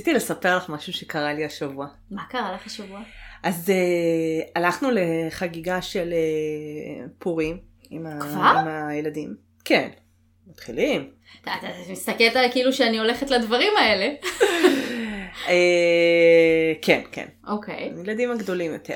רציתי לספר לך משהו שקרה לי השבוע. מה קרה לך השבוע? אז הלכנו לחגיגה של פורים עם הילדים. כן, מתחילים. אתה מסתכלת כאילו שאני הולכת לדברים האלה. כן, כן. אוקיי. הילדים הגדולים יותר.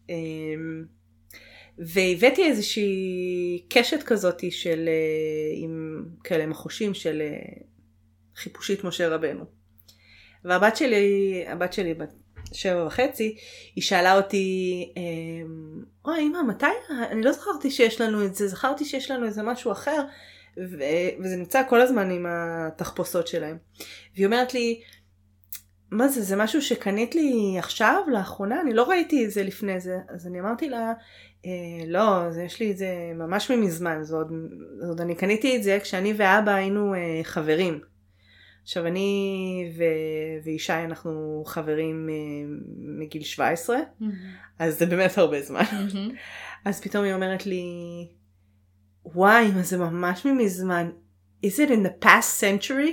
והבאתי איזושהי קשת כזאת של, עם כאלה מחושים של חיפושית משה רבנו. והבת שלי בת 7.5, היא שאלה אותי, אמא, מתי? אני לא זכרתי שיש לנו את זה, זכרתי שיש לנו איזה משהו אחר, וזה נמצא כל הזמן עם התחפושות שלהם. והיא אומרת לי, מה זה? זה משהו שקנית לי עכשיו, לאחרונה? אני לא ראיתי את זה לפני זה. אז אני אמרתי לה, לא, יש לי את זה ממש מזמן. זה עוד אני קניתי את זה כשאני ואבא היינו חברים. עכשיו אני וישי אנחנו חברים מגיל 17, אז זה באמת הרבה זמן. אז פתאום היא אומרת לי, וואי, מה זה ממש מזמן. Is it in the past century?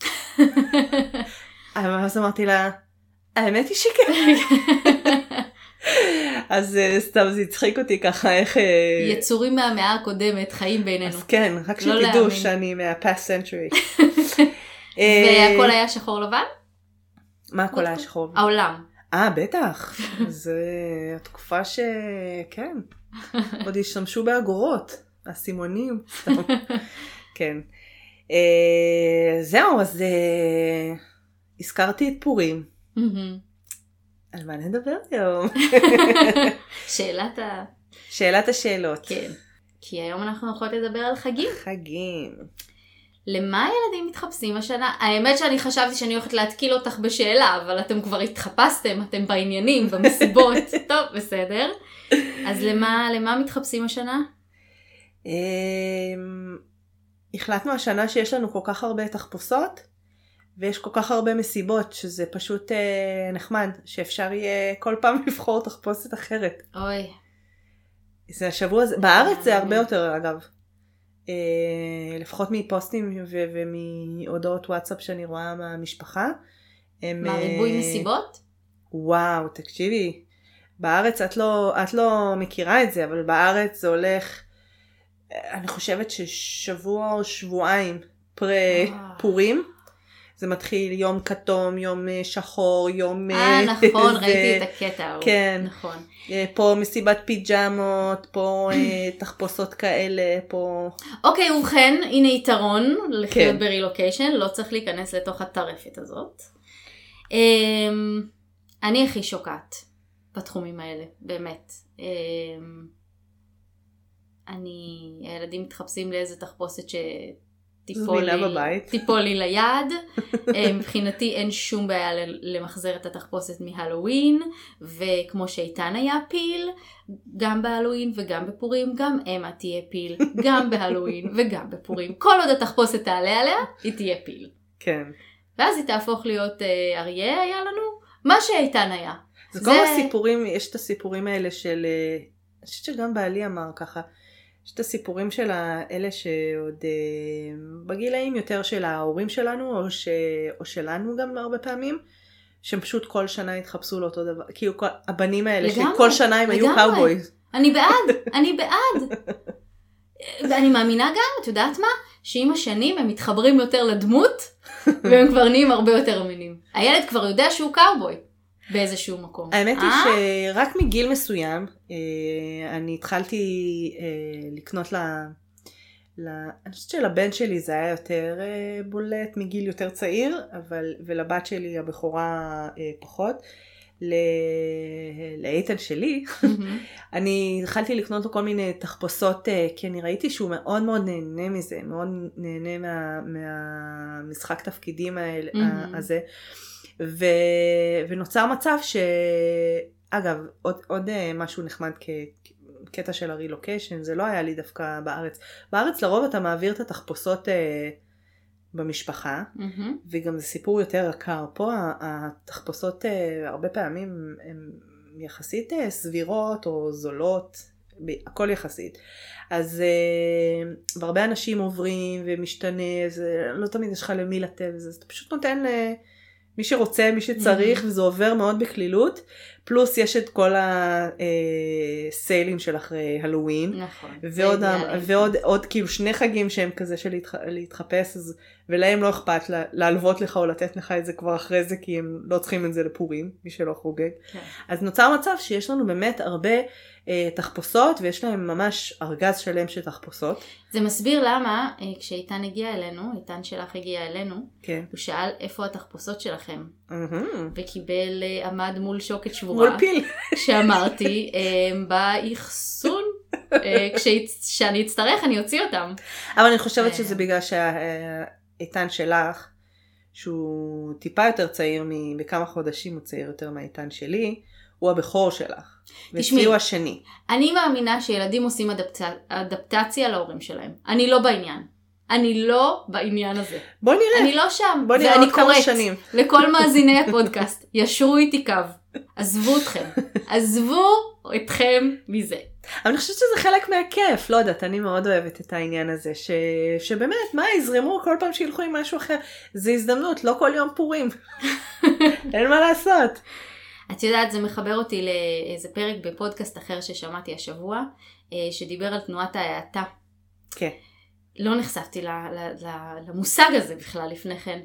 אז אמרתי לה, האמת היא שכן. אז סתם זה הצחיק אותי ככה איך... יצורים מהמאה הקודמת חיים בינינו. אז כן, רק שתדעו שאני מה-past century. והכל היה שחור לבן? מה הכל היה שחור לבן? העולם. בטח. זה התקופה כן. עוד השתמשו באגורות. הסימונים. כן. זהו, אז הזכרתי את פורים. על מה נדבר היום? שאלת השאלות. כן. כי היום אנחנו יכולות לדבר על חגים. חגים. למה הילדים מתחפשים השנה? האמת שאני חשבתי שאני הולכת להתקיל אותך בשאלה, אבל אתם כבר התחפשתם, אתם בעניינים, במסיבות. טוב, בסדר. אז למה מתחפשים השנה? החלטנו השנה שיש לנו כל כך הרבה תחפושות, ויש כל כך הרבה מסיבות, שזה פשוט נחמד, שאפשר יהיה כל פעם לבחור תחפושת אחרת. אוי. זה השבוע הזה, בארץ זה הרבה יותר אגב. לפחות מפוסטים ומהודעות וואטסאפ שאני רואה מהמשפחה. מה, ריבוי מסיבות? וואו, תקשיבי. בארץ את לא מכירה את זה, אבל בארץ זה הולך, אני חושבת ששבוע או שבועיים פורים. זה מתחיל יום כתום, יום שחור, יום... נכון, ראיתי את הקטע. כן. נכון. פה מסיבת פיג'מות, פה תחפושות כאלה, פה... אוקיי, ובכן, הנה יתרון לחיות ברילוקיישן, לא צריך להיכנס לתוך הטרפת הזאת. אני הכי שוקעת בתחומים האלה, באמת. הילדים מתחפשים לאיזה תחפושת תיפול לי ליד. מבחינתי אין שום בעיה למחזר את התחפושת מהלווין, וכמו שאיתן היה פיל, גם בהלווין וגם בפורים, גם אמה תהיה פיל, גם בהלווין וגם בפורים. כל עוד התחפושת תעלה עליה, היא תהיה פיל. כן. ואז היא תהפוך להיות אריה היה לנו, מה שאיתן היה. זה כל הסיפורים, יש את הסיפורים האלה של, אני חושבת שגם בעלי אמר ככה, יש את הסיפורים של אלה שעוד בגילאים יותר של ההורים שלנו, או שלנו גם הרבה פעמים, שהם פשוט כל שנה התחפשו לאותו דבר, כאילו הבנים האלה שכל שנה הם היו קאובויז. אני בעד. ואני מאמינה גם, את יודעת מה? שעם השנים הם מתחברים יותר לדמות, והם כבר נהיים הרבה יותר אמינים. הילד כבר יודע שהוא קאובוי. באיזשהו מקום. האמת היא שרק מגיל מסוים, אני התחלתי לקנות אני חושבת שלבן שלי זה היה יותר בולט מגיל יותר צעיר, ולבת שלי הבכורה פחות. לאיתן שלי, אני התחלתי לקנות לו כל מיני תחפושות, כי אני ראיתי שהוא מאוד מאוד נהנה מזה, מאוד נהנה מהמשחק תפקידים הזה. ונוצר מצב אגב, עוד משהו נחמד כקטע של הרילוקיישן, זה לא היה לי דווקא בארץ. בארץ לרוב אתה מעביר את התחפושות במשפחה, וגם זה סיפור יותר יקר. פה התחפושות הרבה פעמים הן יחסית סבירות או זולות, הכל יחסית. אז והרבה אנשים עוברים ומשתנה, לא תמיד יש לך למי לתת, אז אתה פשוט נותן מי שרוצה, מי שצריך, וזה עובר מאוד בכלילות, פלוס יש את כל הסיילים של אחרי הלואוין, נכון. ועוד כאילו 2 חגים שהם כזה של להתחפש, ולהם לא אכפת להלוות לך או לתת לך את זה כבר אחרי זה, כי הם לא צריכים את זה לפורים, מי שלא חוגג. כן. אז נוצר מצב שיש לנו באמת הרבה תחפושות, ויש להם ממש ארגז שלם של תחפושות. זה מסביר למה כשאיתן הגיע אלינו, איתן שלך הגיע אלינו, כן. הוא שאל איפה התחפושות שלכם. וקיבל, עמד מול שוקת שבורה. מול פיל. שאמרתי, באחסון, כשאני אצטרך אני אוציא אותם. אבל אני חושבת שזה בגלל שהאיתן שלך, שהוא טיפה יותר צעיר, בכמה חודשים הוא צעיר יותר מהאיתן שלי, הוא הבכור שלך. תשמעי, הוא השני. אני מאמינה שילדים עושים אדפטציה להורים שלהם. אני לא בעניין. אני לא בעניין הזה. בוא נראה. אני לא שם. בוא נראה עוד כמה שנים. לכל מאזיני הפודקאסט, ישרו איתי קו. עזבו אתכם. עזבו אתכם מזה. אבל אני חושבת שזה חלק מהכיף. לא יודעת, אני מאוד אוהבת את העניין הזה. שבאמת, מה, יזרמו כל פעם שילכו עם משהו אחר. זה הזדמנות, לא כל יום פורים. אין מה לעשות. את יודעת, זה מחבר אותי לאיזה פרק בפודקאסט אחר ששמעתי השבוע, שדיבר על תנועת ההאטה. כן. לא נחשפתי למושג הזה בכלל לפני כן,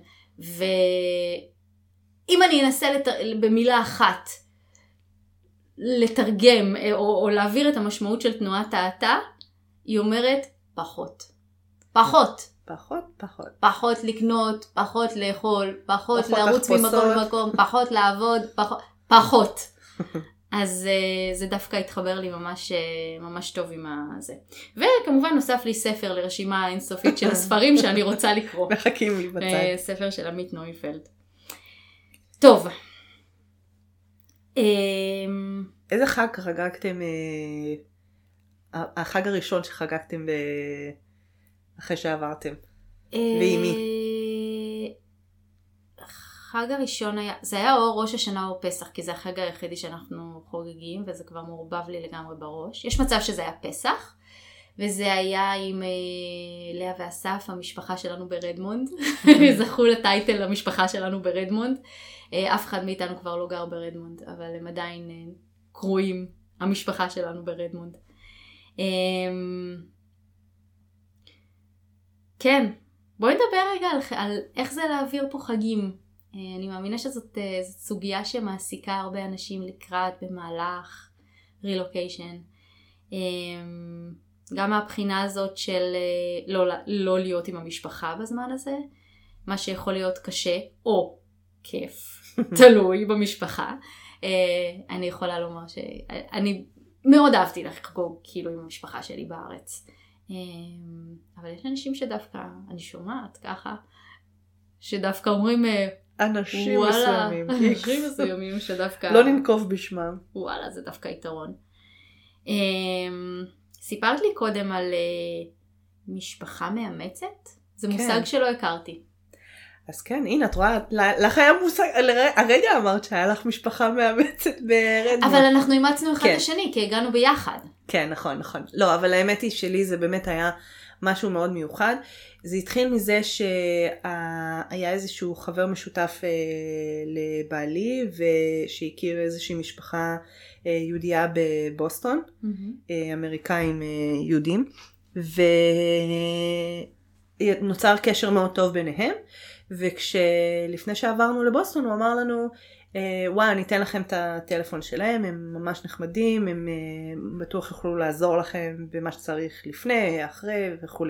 ואם אני אנסה במילה אחת לתרגם או להעביר את המשמעות של תנועת ההאטה, היא אומרת פחות. פחות. פחות, פחות. פחות לקנות, פחות לאכול, פחות לרוץ ממקום למקום, פחות לעבוד, פחות. אז זה דווקא התחבר לי ממש טוב עם זה. וכמובן נוסף לי ספר לרשימה אינסופית של הספרים שאני רוצה לקרוא. מחכים לי בצד. ספר של עמית נויפלד. טוב. איזה חג חגגתם, החג הראשון שחגגתם אחרי שעברתם? ועם מי? החג הראשון היה, זה היה או ראש השנה או פסח, כי זה החג היחידי שאנחנו חוגגים, וזה כבר מעורבב לי לגמרי בראש. יש מצב שזה היה פסח, וזה היה עם לאה ואסף, המשפחה שלנו ברדמונד. זכו לטייטל המשפחה שלנו ברדמונד. אף אחד מאיתנו כבר לא גר ברדמונד, אבל הם עדיין קרויים, המשפחה שלנו ברדמונד. כן, בואי נדבר רגע על איך זה להעביר פה חגים. אני מאמינה שזאת סוגיה שמעסיקה הרבה אנשים לקראת במהלך רילוקיישן. גם מהבחינה הזאת של לא להיות עם המשפחה בזמן הזה, מה שיכול להיות קשה או כיף, תלוי במשפחה. אני יכולה לומר שאני מאוד אהבתי לחגוג כאילו עם המשפחה שלי בארץ. אבל יש אנשים שדווקא, אני שומעת ככה, שדווקא אומרים אנשים מסוימים שדווקא לא ננקוב בשמם. וואלה, זה דווקא יתרון. סיפרת לי קודם על משפחה מאמצת? זה מושג שלא הכרתי. אז כן, הנה, את רואה, לך היה מושג, הרגע אמרת שהיה לך משפחה מאמצת ברדמונד. אבל אנחנו אימצנו אחד לשני, כי הגענו ביחד. כן, נכון, נכון. לא, אבל האמת היא שלי זה באמת היה משהו מאוד מיוחד. זה התחיל מזה שהיה איזשהו חבר משותף לבעלי, ושהכיר איזושהי משפחה יהודייה בבוסטון, אמריקאים יהודים, ונוצר קשר מאוד טוב ביניהם, וכשלפני שעברנו לבוסטון הוא אמר לנו, וואי, אני אתן לכם את הטלפון שלהם, הם ממש נחמדים, הם בטוח יוכלו לעזור לכם במה שצריך לפני, אחרי וכו'.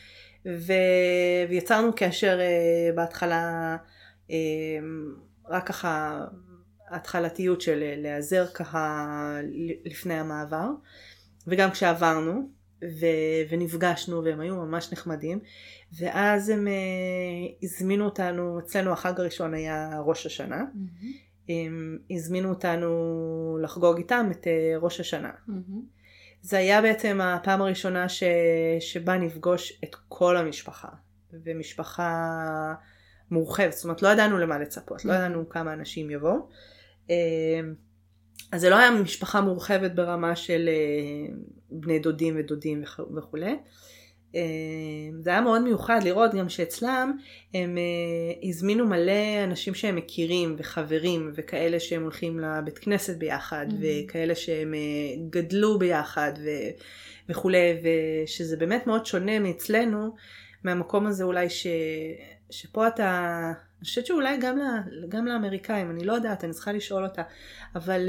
ויצרנו קשר בהתחלה, רק ככה התחלתיות של להיעזר ככה לפני המעבר, וגם כשעברנו ונפגשנו והם היו ממש נחמדים, ואז הם הזמינו אותנו, אצלנו החג הראשון היה ראש השנה, הם הזמינו אותנו לחגוג איתם את ראש השנה. זה היה בעצם הפעם הראשונה שבה נפגוש את כל המשפחה, ומשפחה מורחבת, זאת אומרת לא ידענו למה לצפות, לא ידענו כמה אנשים יבואו. אז זה לא היה משפחה מורחבת ברמה של בני דודים ודודים וכו'. זה היה מאוד מיוחד לראות גם שאצלם הם הזמינו מלא אנשים שהם מכירים וחברים וכאלה שהם הולכים לבית כנסת ביחד וכאלה שהם גדלו ביחד וכולי, ושזה באמת מאוד שונה מאצלנו, מהמקום הזה אולי שפה אתה, אני חושבת שאולי גם לאמריקאים, אני לא יודעת, אני צריכה לשאול אותה, אבל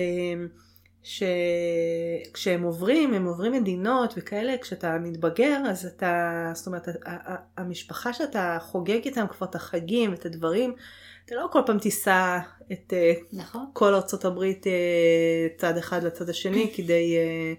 כשהם עוברים, הם עוברים מדינות וכאלה, כשאתה מתבגר, אז אתה, זאת אומרת, המשפחה שאתה חוגג איתם כבר את החגים, את הדברים, אתה לא כל פעם תיסע את נכון. כל ארצות הברית צד אחד לצד השני, כדי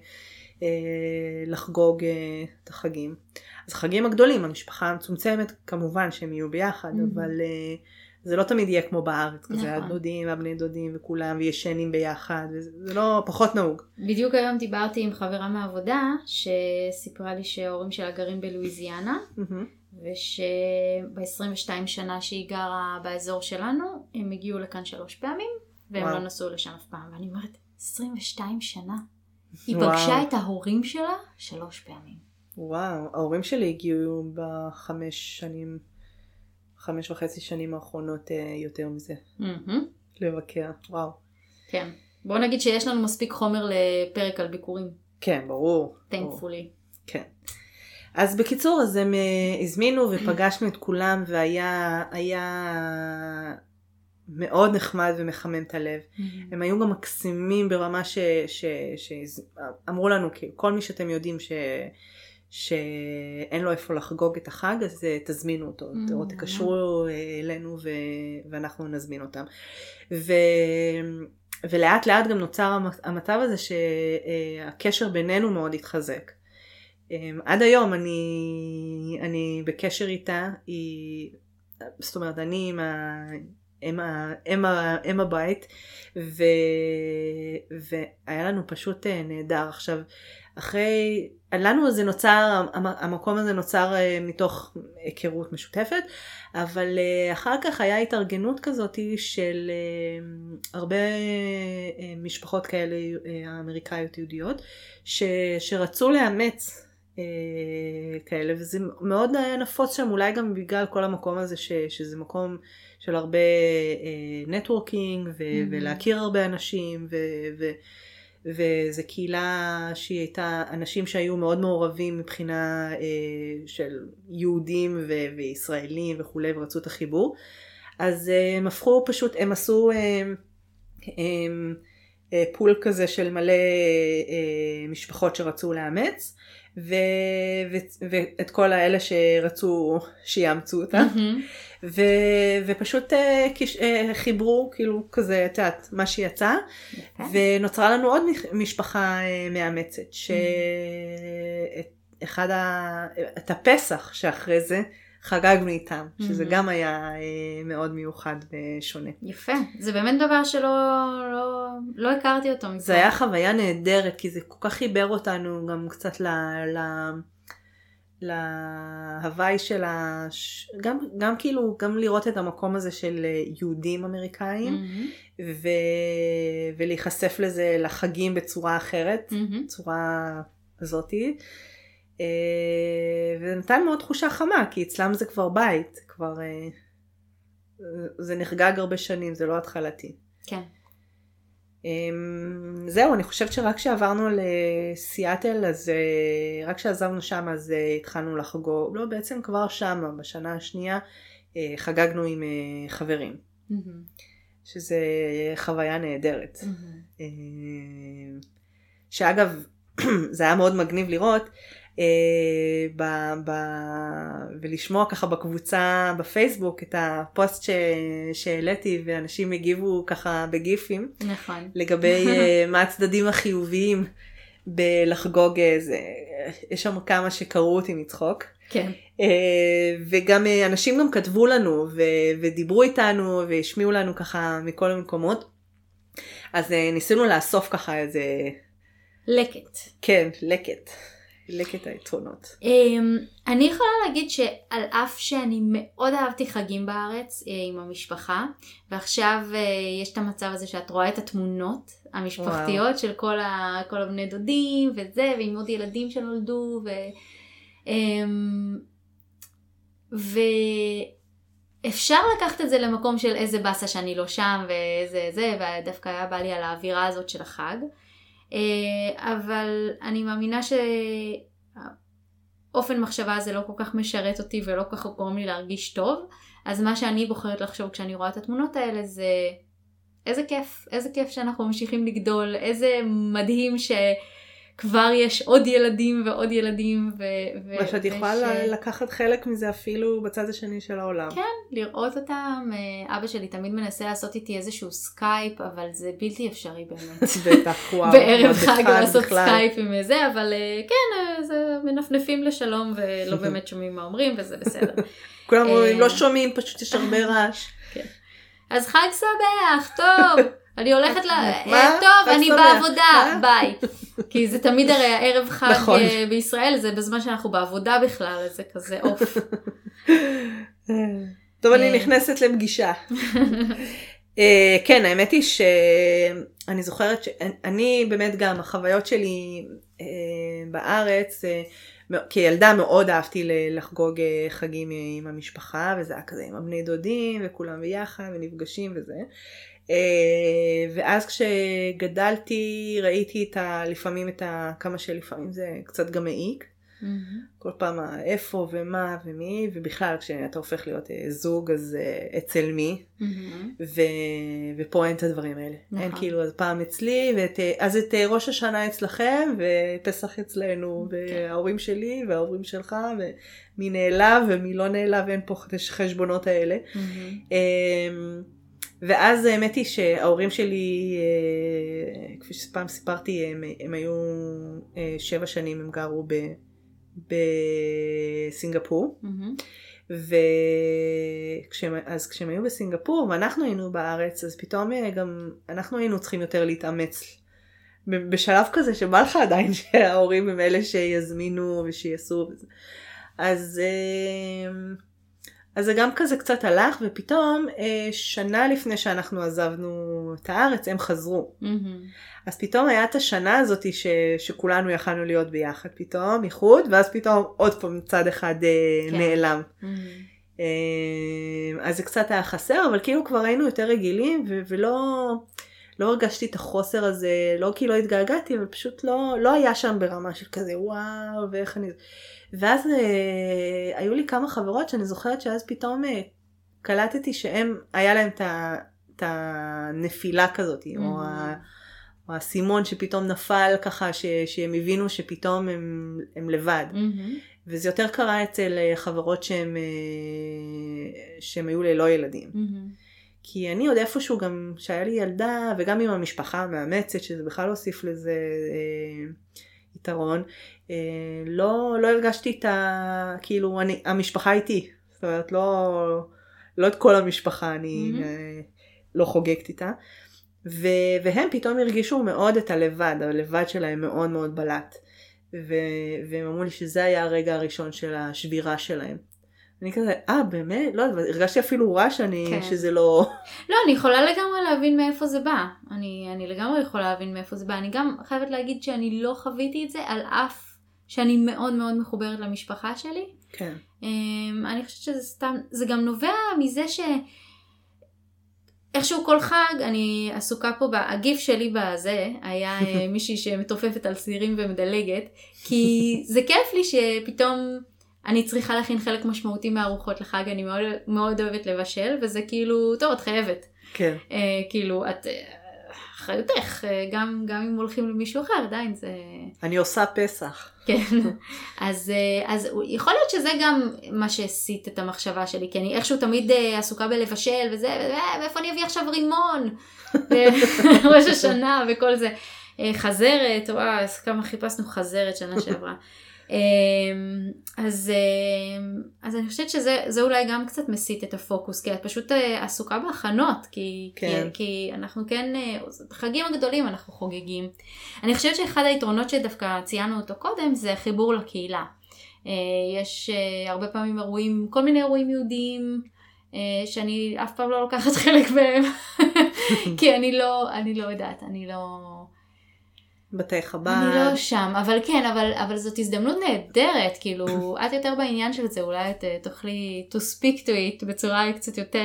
לחגוג את החגים. אז החגים הגדולים, המשפחה המצומצמת, כמובן שהם יהיו ביחד, אבל זה לא תמיד יהיה כמו בארץ, כזה הדודים והבני דודים וכולם, וישנים ביחד, וזה לא פחות נהוג. בדיוק היום דיברתי עם חברה מהעבודה, שסיפרה לי שההורים שלה גרים בלואיזיאנה, ושב-22 שנה שהיא גרה באזור שלנו, הם הגיעו לכאן 3 פעמים, והם לא נסעו לשם אף פעם. ואני אומרת, 22 שנה. היא פגשה את ההורים שלה 3 פעמים. וואו, ההורים שלי הגיעו ב5.5 שנים האחרונות יותר מזה. לבקר, וואו. כן. בואו נגיד שיש לנו מספיק חומר לפרק על ביקורים. כן, ברור. thankfully. כן. אז בקיצור, אז הם הזמינו ופגשנו את כולם, והיה מאוד נחמד ומחמם את הלב. הם היו גם מקסימים ברמה שאמרו לנו, כל מי שאתם יודעים שאין לו איפה לחגוג את החג, אז תזמינו אותו, או תקשרו אלינו ואנחנו נזמין אותם. ולאט לאט גם נוצר המצב הזה שהקשר בינינו מאוד התחזק. עד היום אני בקשר איתה, זאת אומרת, אני עם אם הבית, והיה לנו פשוט נהדר. עכשיו, לנו זה נוצר, המקום הזה נוצר מתוך היכרות משותפת, אבל אחר כך היה התארגנות כזאת של הרבה משפחות כאלה אמריקאיות יהודיות, שרצו לאמץ כאלה, וזה מאוד נפוץ שם, אולי גם בגלל כל המקום הזה שזה מקום של הרבה נטוורקינג ולהכיר הרבה אנשים, וזו קהילה שהיא הייתה אנשים שהיו מאוד מעורבים מבחינה של יהודים וישראלים וכולי, ורצו את החיבור. אז הם הפכו פשוט, הם עשו פול כזה של מלא משפחות שרצו לאמץ, ואת כל האלה שרצו שיאמצו אותה, ופשוט חיברו כאילו כזה, את יודעת, מה שיצא, ונוצרה לנו עוד משפחה מאמצת, את הפסח שאחרי זה חגגנו איתם, שזה גם היה מאוד מיוחד ושונה. יפה, זה באמת דבר לא הכרתי אותו. זה היה חוויה נהדרת, כי זה כל כך חיבר אותנו גם קצת להוואי של גם כאילו, גם לראות את המקום הזה של יהודים אמריקאים, ולהיחשף לזה לחגים בצורה אחרת, צורה הזאתי. וזה נתן מאוד תחושה חמה, כי אצלם זה כבר בית, כבר זה נחגג הרבה שנים, זה לא התחלתי. כן. זהו, אני חושבת שרק כשעברנו לסיאטל, אז רק כשעזבנו שם, אז התחלנו לחגוג, לא, בעצם כבר שם, בשנה השנייה, חגגנו עם חברים. שזה חוויה נהדרת. שאגב, זה היה מאוד מגניב לראות, ולשמוע ככה בקבוצה בפייסבוק את הפוסט שהעליתי, ואנשים הגיבו ככה בגיפים, נכון. לגבי מה הצדדים החיוביים בלחגוג זה. יש שם כמה שקראו אותי מצחוק. כן. וגם אנשים גם כתבו לנו ודיברו איתנו והשמיעו לנו ככה מכל המקומות. אז ניסינו לאסוף ככה איזה לקט. כן, לקט היתרונות. אני יכולה להגיד שעל אף שאני מאוד אהבתי חגים בארץ עם המשפחה, ועכשיו יש את המצב הזה שאת רואה את התמונות המשפחתיות של כל הבני דודים וזה, ועם עוד ילדים שנולדו, ואפשר לקחת את זה למקום של איזה בסה שאני לא שם ואיזה זה, ודווקא היה בא לי על האווירה הזאת של החג. אבל אני מאמינה שאופן מחשבה הזה לא כל כך משרת אותי ולא כל כך גורם לי להרגיש טוב. אז מה שאני בוחרת לחשוב כשאני רואה את התמונות האלה זה איזה כיף שאנחנו ממשיכים לגדול, איזה מדהים שכבר יש עוד ילדים ועוד ילדים. ושאת יכולה לקחת חלק מזה אפילו בצד השני של העולם. כן, לראות אותם. אבא שלי תמיד מנסה לעשות איתי איזשהו סקייפ, אבל זה בלתי אפשרי באמת. בטח, וואו. בערב חג לעשות סקייפ עם זה, אבל כן, זה מנפנפים לשלום ולא באמת שומעים מה אומרים, וזה בסדר. כולם אומרים, לא שומעים, פשוט יש הרבה רעש. כן. אז חג שמח, טוב, אני הולכת טוב, אני בעבודה, ביי. כי זה תמיד הרי הערב חג בישראל, זה בזמן שאנחנו בעבודה בכלל, זה כזה אוף. טוב, אני נכנסת לפגישה. כן, האמת היא שאני זוכרת שאני באמת גם, החוויות שלי בארץ, כילדה מאוד אהבתי לחגוג חגים עם המשפחה, וזה היה כזה עם הבני דודים, וכולם ביחד, ונפגשים וזה. ואז כשגדלתי, ראיתי לפעמים כמה שלפעמים זה קצת גם מעיק. כל פעם איפה ומה ומי, ובכלל כשאתה הופך להיות זוג, אז אצל מי, ופה אין את הדברים האלה. אין כאילו, אז פעם אצלי, אז את ראש השנה אצלכם, ופסח אצלנו, וההורים שלי, וההורים שלך, ומי נעלב ומי לא נעלב, ואין פה חשבונות האלה. ואז האמת היא שההורים שלי, כפי שפעם סיפרתי, הם היו 7 שנים, הם גרו בסינגפור, אז כשהם היו בסינגפור ואנחנו היינו בארץ, אז פתאום גם אנחנו היינו צריכים יותר להתאמץ בשלב כזה שבא לך עדיין שההורים הם אלה שיזמינו ושיעשו, אז זה גם כזה קצת הלך, ופתאום שנה לפני שאנחנו עזבנו את הארץ הם חזרו. אז פתאום היה את השנה הזאת שכולנו יכלנו להיות ביחד פתאום, איחוד, ואז פתאום עוד פעם צד אחד נעלם. אז זה קצת היה חסר, אבל כאילו כבר היינו יותר רגילים, ולא הרגשתי את החוסר הזה, לא כי לא התגעגעתי, אבל פשוט לא היה שם ברמה של כזה וואו, ואיך אני... ואז היו לי כמה חברות שאני זוכרת שאז פתאום קלטתי שהם, היה להם את הנפילה כזאת, או הסימון שפתאום נפל ככה, שהם הבינו שפתאום הם לבד. וזה יותר קרה אצל חברות שהם היו ללא ילדים. כי אני עוד איפשהו גם, שהיה לי ילדה, וגם עם המשפחה המאמצת, שזה בכלל הוסיף לזה יתרון, לא הרגשתי את כאילו, המשפחה איתי. זאת אומרת, לא את כל המשפחה, אני לא חוגגת איתה. והם פתאום הרגישו מאוד את הלבד שלהם מאוד מאוד בלט. והם אמרו לי שזה היה הרגע הראשון של השבירה שלהם. אני כזה, באמת? לא, הרגשתי אפילו רע שזה לא... לא, אני יכולה לגמרי להבין מאיפה זה בא. אני לגמרי יכולה להבין מאיפה זה בא. אני גם חייבת להגיד שאני לא חוויתי את זה, על אף שאני מאוד מאוד מחוברת למשפחה שלי. כן. אני חושבת שזה סתם, זה גם נובע מזה איכשהו כל חג, אני עסוקה פה, הגיף שלי בזה, היה מישהי שמתופפת על סירים ומדלגת, כי זה כיף לי שפתאום אני צריכה להכין חלק משמעותי מהארוחות לחג, אני מאוד, מאוד אוהבת לבשל, וזה כאילו, טוב, את חייבת. כן. כאילו, את אחריותך, גם אם הולכים למישהו אחר, עדיין זה... אני עושה פסח. כן, אז יכול להיות שזה גם מה שהסיט את המחשבה שלי, כי אני איכשהו תמיד עסוקה בלבשל וזה, ואיפה אני אביא עכשיו רימון, ראש השנה וכל זה, חזרת, וואו, כמה חיפשנו חזרת שנה שעברה. אז אני חושבת שזה אולי גם קצת מסיט את הפוקוס, כי את פשוט עסוקה בהכנות, כי אנחנו כן, בחגים הגדולים אנחנו חוגגים. אני חושבת שאחד היתרונות שדווקא ציינו אותו קודם, זה חיבור לקהילה. יש הרבה פעמים אירועים, כל מיני אירועים יהודיים, שאני אף פעם לא לוקחת חלק בהם, כי אני לא יודעת, בתי חב"ד. אני לא שם, אבל כן, אבל זאת הזדמנות נהדרת, כאילו, את יותר בעניין של זה, אולי את תוכלי to speak to it בצורה קצת יותר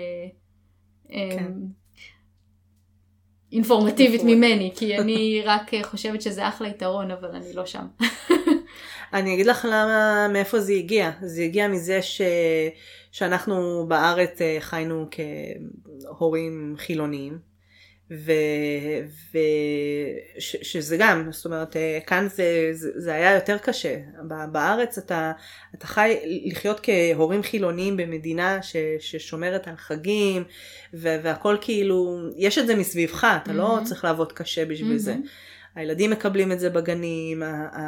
אינפורמטיבית ממני, כי אני רק חושבת שזה אחלה יתרון, אבל אני לא שם. אני אגיד לך מאיפה זה הגיע. זה הגיע מזה שאנחנו בארץ חיינו כהורים חילוניים, שזה גם, זאת אומרת, כאן זה היה יותר קשה. בארץ אתה חי לחיות כהורים חילוניים במדינה ששומרת על חגים, והכל כאילו, יש את זה מסביבך, אתה לא צריך לעבוד קשה בשביל זה. הילדים מקבלים את זה בגנים,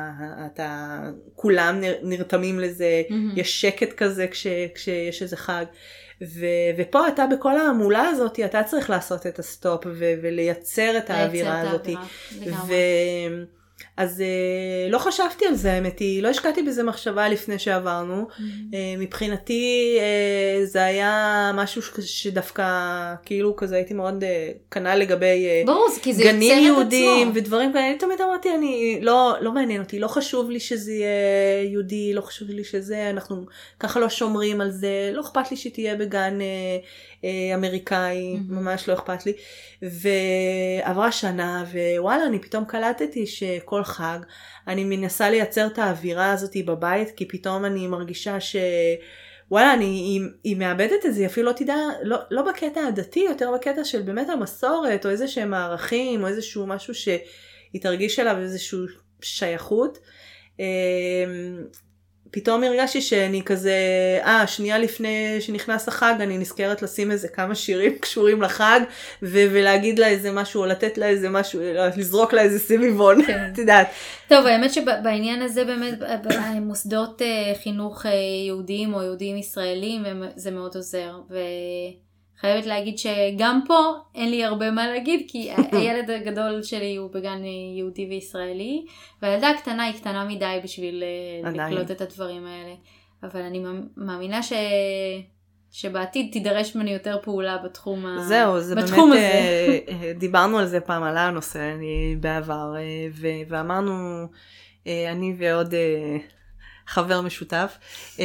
כולם נרתמים לזה, יש שקט כזה כשיש איזה חג. ופה אתה בכל העמולה הזאת, אתה צריך לעשות את הסטופ ולייצר את האווירה הזאת. אז לא חשבתי על זה, האמת היא, לא השקעתי בזה מחשבה לפני שעברנו. מבחינתי זה היה משהו שדווקא כאילו כזה הייתי מאוד כנ"ל לגבי גנים יהודים ודברים כאלה. אני תמיד אמרתי, לא מעניין אותי, לא חשוב לי שזה יהיה יהודי, לא חשוב לי שזה, אנחנו ככה לא שומרים על זה, לא אכפת לי שתהיה בגן אמריקאי, ממש לא אכפת לי. ועברה שנה, ווואלה, אני פתאום קלטתי שכל חג אני מנסה לייצר את האווירה הזאת בבית, כי פתאום אני מרגישה וואלה, היא מאבדת את זה, אפילו לא תדע, לא בקטע הדתי, יותר בקטע של באמת המסורת, או איזה שהם הערכים, או איזשהו משהו שהיא תרגיש אליו איזשהו שייכות. פתאום הרגשתי שאני כזה, שנייה לפני שנכנס החג, אני נזכרת לשים איזה כמה שירים קשורים לחג, ולהגיד לה איזה משהו, או לתת לה איזה משהו, לזרוק לה איזה סביבון, תדעת. טוב, האמת שבעניין הזה באמת, מוסדות חינוך יהודיים או יהודיים ישראלים, זה מאוד עוזר, וחייבת להגיד שגם פה אין לי הרבה מה להגיד, כי הילד הגדול שלי הוא בגן יהודי וישראלי, והילדה הקטנה היא קטנה מדי בשביל לקלוט את הדברים האלה. אבל אני מאמינה שבעתיד תידרש ממני יותר פעולה בתחום הזה. זהו, זה באמת, דיברנו על זה פעם, עלה הנושא בעבר, ואמרנו, אני ועוד חבר משותף,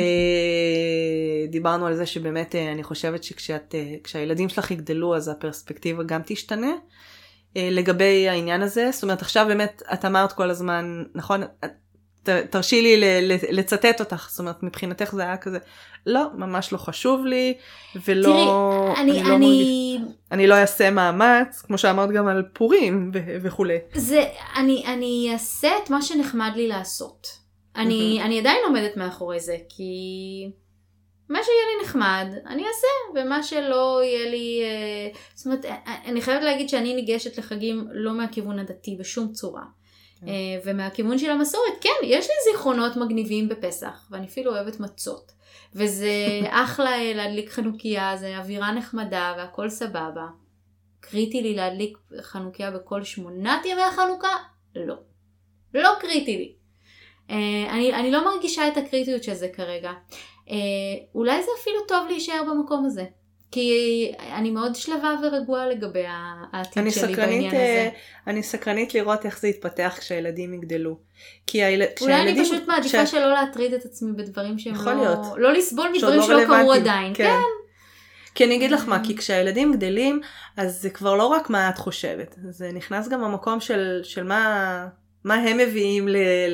דיברנו על זה שבאמת אני חושבת שכשהילדים שלך יגדלו, אז הפרספקטיבה גם תשתנה לגבי העניין הזה. זאת אומרת, עכשיו באמת את אמרת כל הזמן, נכון? תרשי לי לצטט אותך, זאת אומרת, מבחינתך זה היה כזה, לא, ממש לא חשוב לי, ולא, אני לא אעשה מאמץ, כמו שאמרת גם על פורים וכו'. אני אעשה את מה שנחמד לי לעשות. אני עדיין עומדת מאחורי זה, כי מה שיהיה לי נחמד, אני אעשה, ומה שלא יהיה לי, זאת אומרת, אני חייבת להגיד שאני ניגשת לחגים לא מהכיוון הדתי בשום צורה. ומהכיוון של המסורת, כן, יש לי זיכרונות מגניבים בפסח, ואני אפילו אוהבת מצות, וזה אחלה להדליק חנוכיה, זה אווירה נחמדה והכל סבבה. קריטי לי להדליק חנוכיה בכל 8 ימי החנוכה? לא קריטי לי. אני לא מרגישה את הקריטיות של זה כרגע. אולי זה אפילו טוב להישאר במקום הזה. כי אני מאוד שלווה ורגועה לגבי העתיד שלי בעניין הזה. אני סקרנית לראות איך זה יתפתח כשהילדים יגדלו. אולי אני פשוט מעדיפה שלא להטריד את עצמי בדברים שהם לא לסבול מדברים שלא קרו עדיין. כן. כי אני אגיד לך מה, כי כשהילדים גדלים, אז זה כבר לא רק מה את חושבת. זה נכנס גם המקום של מה הם מביאים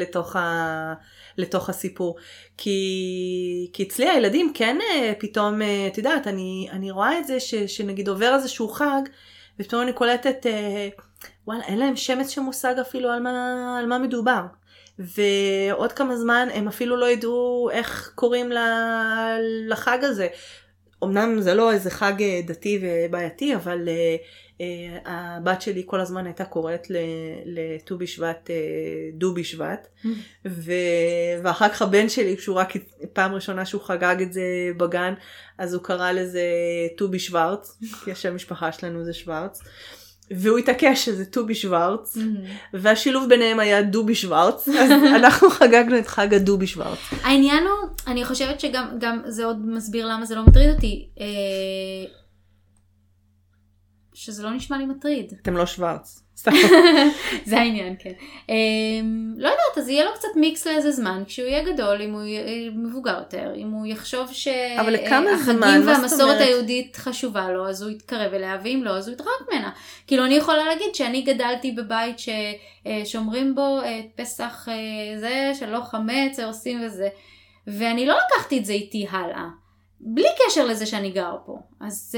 לתוך הסיפור. כי אצלי הילדים כן פתאום, את יודעת, אני רואה את זה שנגיד עובר איזשהו חג, ופתאום אני קולטת, וואלה, אין להם שמץ שמושג אפילו על מה מדובר. ועוד כמה זמן הם אפילו לא ידעו איך קוראים לחג הזה. אמנם זה לא איזה חג דתי ובעייתי, אבל הבת שלי כל הזמן הייתה קוראת לט"ו בשבט, דו בשבט, ואחר כך הבן שלי, כשהוא רק פעם ראשונה שהוא חגג את זה בגן, אז הוא קרא לזה ט"ו בשוורץ, כי השם משפחה שלנו זה שוורץ, והוא התעקש שזה ט"ו בשוורץ, והשילוב ביניהם היה דו בשוורץ, אז אנחנו חגגנו את חג הדו בשוורץ. העניין הוא, אני חושבת שגם זה עוד מסביר למה זה לא מטריד אותי, שזה לא נשמע לי מטריד. אתם לא שוורץ. זה העניין, כן. לא יודעת, אז יהיה לו קצת מיקס לאיזה זמן, כשהוא יהיה גדול, אם הוא יהיה מבוגר יותר, אם הוא יחשוב שהחגים והמסורת היהודית חשובה לו, אז הוא יתקרב אליה, ואם לא, אז הוא יתרחק ממנה. כאילו, אני יכולה להגיד שאני גדלתי בבית ששומרים בו את פסח זה, שלא חמץ, עושים וזה, ואני לא לקחתי את זה איתי הלאה, בלי קשר לזה שאני גר פה. אז...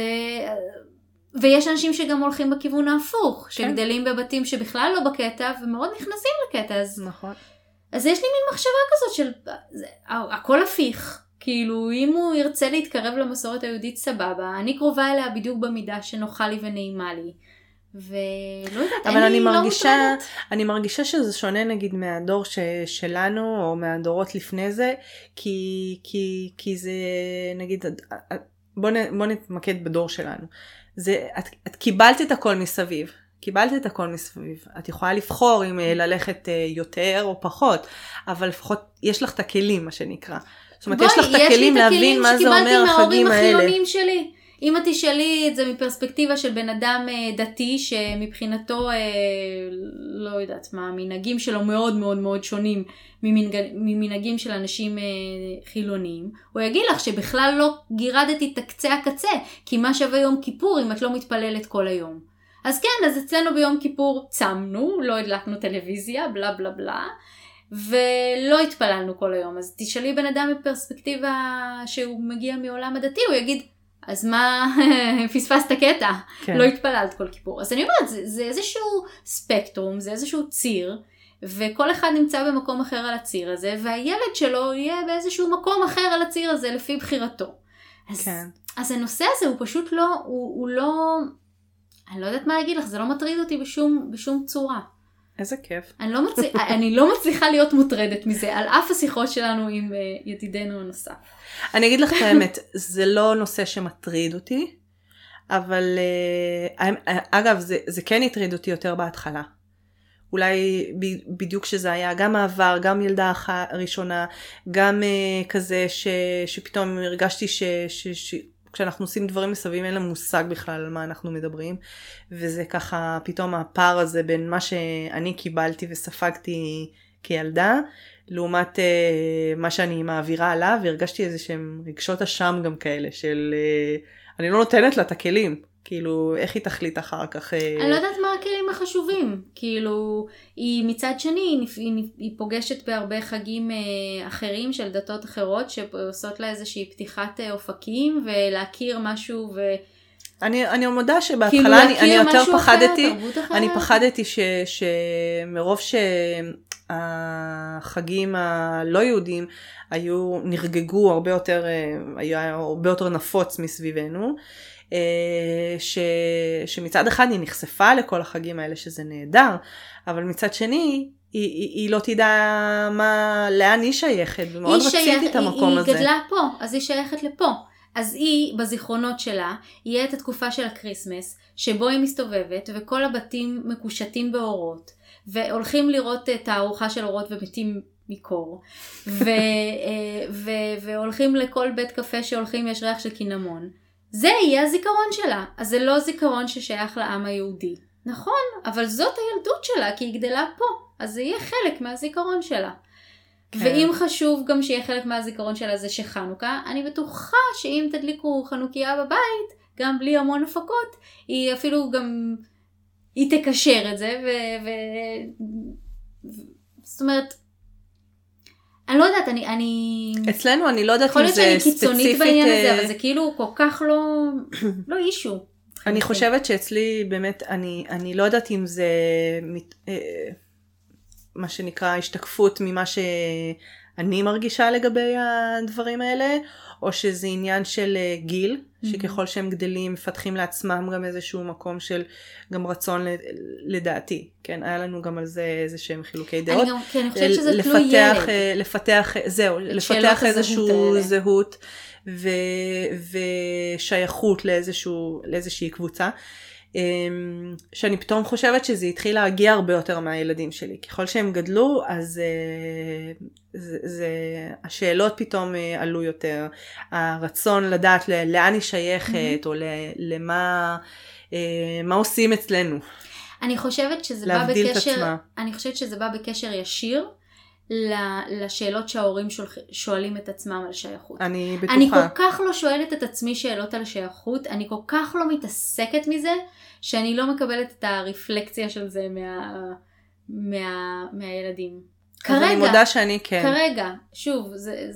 ויש אנשים שגם הולכים בכיוון ההפוך, כן. שגדלים בבתים שבכלל לא בקטע, ומאוד נכנסים לקטע. נכון. אז יש לי מין מחשבה כזאת של, הכל הפיך. כאילו, אם הוא ירצה להתקרב למסורת היהודית סבבה, אני קרובה אליה בדיוק במידה שנוחה לי ונעימה לי. ולא יודעת, אבל אני מרגישה שזה שונה נגיד מהדור שלנו, או מהדורות לפני זה, כי זה, נגיד, בוא נתמקד בדור שלנו. את קיבלת את הכל מסביב. את יכולה לבחור אם ללכת יותר או פחות, אבל לפחות יש לך את הכלים, מה שנקרא. זאת אומרת, יש לך את הכלים להבין מה זה אומר החגים האלה. שלי. אם את תשאלי את זה מפרספקטיבה של בן אדם דתי, שמבחינתו, לא יודעת מה, המנהגים שלו מאוד מאוד מאוד שונים ממנהגים של אנשים חילוניים, הוא יגיד לך שבכלל לא גירדתי את הקצה הקצה, כי מה שווה יום כיפור אם את לא מתפללת כל היום. אז כן, אז אצלנו ביום כיפור צמנו, לא הדלקנו טלוויזיה, בלה בלה בלה, ולא התפללנו כל היום. אז תשאלי בן אדם מפרספקטיבה שהוא מגיע מעולם הדתי, הוא יגיד, אז מה, פספסת קטע, כן. לא התפללת כל כיפור. אז אני אומרת, זה איזשהו ספקטרום, זה איזשהו ציר, וכל אחד נמצא במקום אחר על הציר הזה, והילד שלו יהיה באיזשהו מקום אחר על הציר הזה, לפי בחירתו. אז, כן. אז הנושא הזה הוא פשוט לא, הוא לא, אני לא יודעת מה להגיד לך, זה לא מטריד אותי בשום צורה. איזה כיף. אני לא מצליחה להיות מוטרדת מזה, על אף השיחות שלנו עם ידידנו הנוסף. אני אגיד לך את האמת, זה לא נושא שמטריד אותי, אבל אגב, זה כן הטריד אותי יותר בהתחלה. אולי בדיוק שזה היה גם העבר, גם ילדה ראשונה, גם כזה שפתאום הרגשתי כשאנחנו עושים דברים מסביב, אין לנו מושג בכלל על מה אנחנו מדברים, וזה ככה פתאום הפער הזה בין מה שאני קיבלתי וספגתי כילדה, לעומת מה שאני מעבירה עליו, והרגשתי איזה שהם רגשות אשם גם כאלה, של אני לא נותנת לה את הכלים, כאילו איך היא תחליט אחר כך. אני לא יודעת מה הכלים החשובים, כאילו היא מצד שני, היא פוגשת בהרבה חגים אחרים של דתות אחרות, שעושות לה איזושהי פתיחת אופקים, ולהכיר משהו אני מודה שבהתחלה אני יותר פחדתי, אני פחדתי שמרוב שהחגים הלא יהודים נרגגו הרבה יותר, היה הרבה יותר נפוץ מסביבנו, שמצד אחד היא נחשפה לכל החגים האלה שזה נהדר, אבל מצד שני היא לא תדע לאן היא שייכת, ומאוד רציתי את המקום הזה. היא גדלה פה, אז היא שייכת לפה. אז היא, בזיכרונות שלה, יהיה את התקופה של הקריסמס, שבו היא מסתובבת, וכל הבתים מקושטים באורות, והולכים לראות את הארוחה של אורות ומתים מקור, והולכים לכל בית קפה שהולכים, יש ריח של קינמון. זה יהיה הזיכרון שלה, אז זה לא זיכרון ששייך לעם היהודי. נכון, אבל זאת הילדות שלה, כי היא גדלה פה, אז זה יהיה חלק מהזיכרון שלה. כן. ואם חשוב גם שיהיה חלק מהזיכרון שלה זה שחנוכה, אני בטוחה שאם תדליקו חנוכיה בבית, גם בלי המון הפקות, היא אפילו גם, היא תקשר את זה, זאת אומרת, אני לא יודעת, אני... אצלנו אני לא יודעת אם זה ספציפית... יכול להיות שאני קיצונית בעניין הזה, אבל זה כאילו כל כך לא אישו. אני חושבת שאצלי באמת, אני לא יודעת אם זה... מה שנקרא השתקפות ממה שאני מרגישה לגבי הדברים האלה, או שזה עניין של גיל, שככל שהם גדלים מפתחים לעצמם גם איזשהו מקום של גם רצון לדעתי, כן, היה לנו גם על זה איזה שהם חילוקי דעות, אני חושבת שזה תלוי ילד. לפתח איזשהו זהות ושייכות לאיזושהי קבוצה, שאני פתאום חושבת שזה התחיל להגיע הרבה יותר מהילדים שלי. ככל שהם גדלו, אז השאלות פתאום עלו יותר. הרצון לדעת לאן היא שייכת, או למה, מה עושים אצלנו? אני חושבת שזה בא בקשר ישיר לשאלות שההורים שואלים את עצמם על שייכות. אני בטוחה. אני כל כך לא שואלת את עצמי שאלות על שייכות, אני כל כך לא מתעסקת מזה, שאני לא מקבלת את הרפלקציה של זה מהילדים. אז אני מודה שאני כן. כרגע, שוב,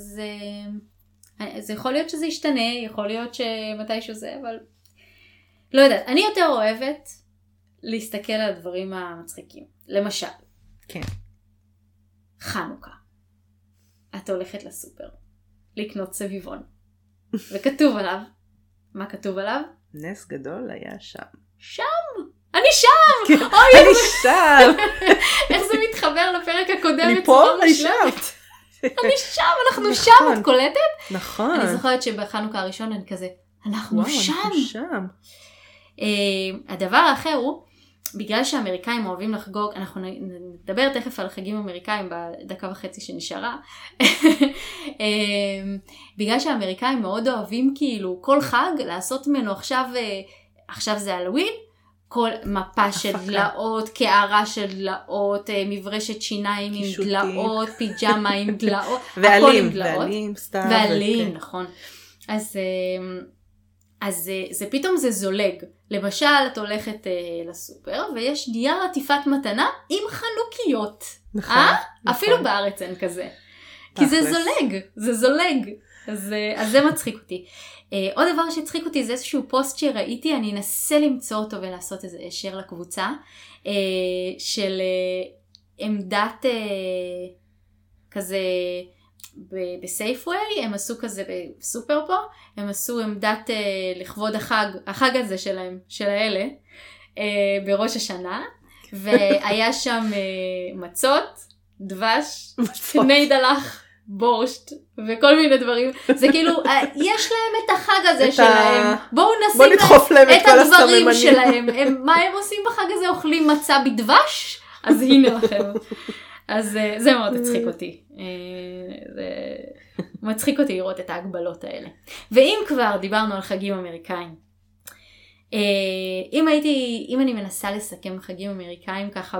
זה יכול להיות שזה ישתנה, יכול להיות שמתישהו זה, אבל לא יודעת. אני יותר אוהבת להסתכל על הדברים המצחיקים. למשל. כן. חנוכה. את הולכת לסופר. לקנות סביבון. וכתוב עליו. מה כתוב עליו? נס גדול היה שם. שם! אני שם! כן, אני שם! איך זה מתחבר לפרק הקודם? אני פה, אני שם. אני שם, אנחנו שם, את קולטת? נכון. אני זוכרת שבחנוכה הראשון אני כזה, אנחנו שם. הדבר האחר הוא, בגלל שהאמריקאים אוהבים לחגוג, אנחנו נדבר תכף על חגים אמריקאים בדקה וחצי שנשארה, בגלל שהאמריקאים מאוד אוהבים כאילו כל חג לעשות ממנו עכשיו זה הלווין, כל מפה של דלאות, קערה של דלאות, מברשת שיניים עם דלאות, פיג'מה עם דלאות, הכל עם דלאות. ועלים, סתם. ועלים, נכון. אז זה פתאום זה זולג. למשל, את הולכת לסופר, ויש נייר עטיפת מתנה עם חנוכיות. נכון. אפילו בארץ אין כזה. כי זה זולג. אז זה מצחיק אותי. עוד דבר שצחיק אותי זה איזשהו פוסט שראיתי, אני אנסה למצוא אותו ולעשות איזה share לקבוצה, של עמדת כזה בסייפווי, הם עשו כזה בסופר פה, הם עשו עמדת לכבוד החג הזה שלהם, של האלה, בראש השנה, והיה שם מצות, דבש, קני דלח, בורשט וכל מיני דברים. זה כאילו, יש להם את החג הזה שלהם. בואו נשים להם את הדברים שלהם. מה הם עושים בחג הזה? אוכלים מצה בדבש? אז הנה לכם. אז זה מאוד הצחיק אותי. זה מצחיק אותי לראות את ההגבלות האלה. ואם כבר דיברנו על חגים אמריקאים, אם אני מנסה לסכם חגים אמריקאים ככה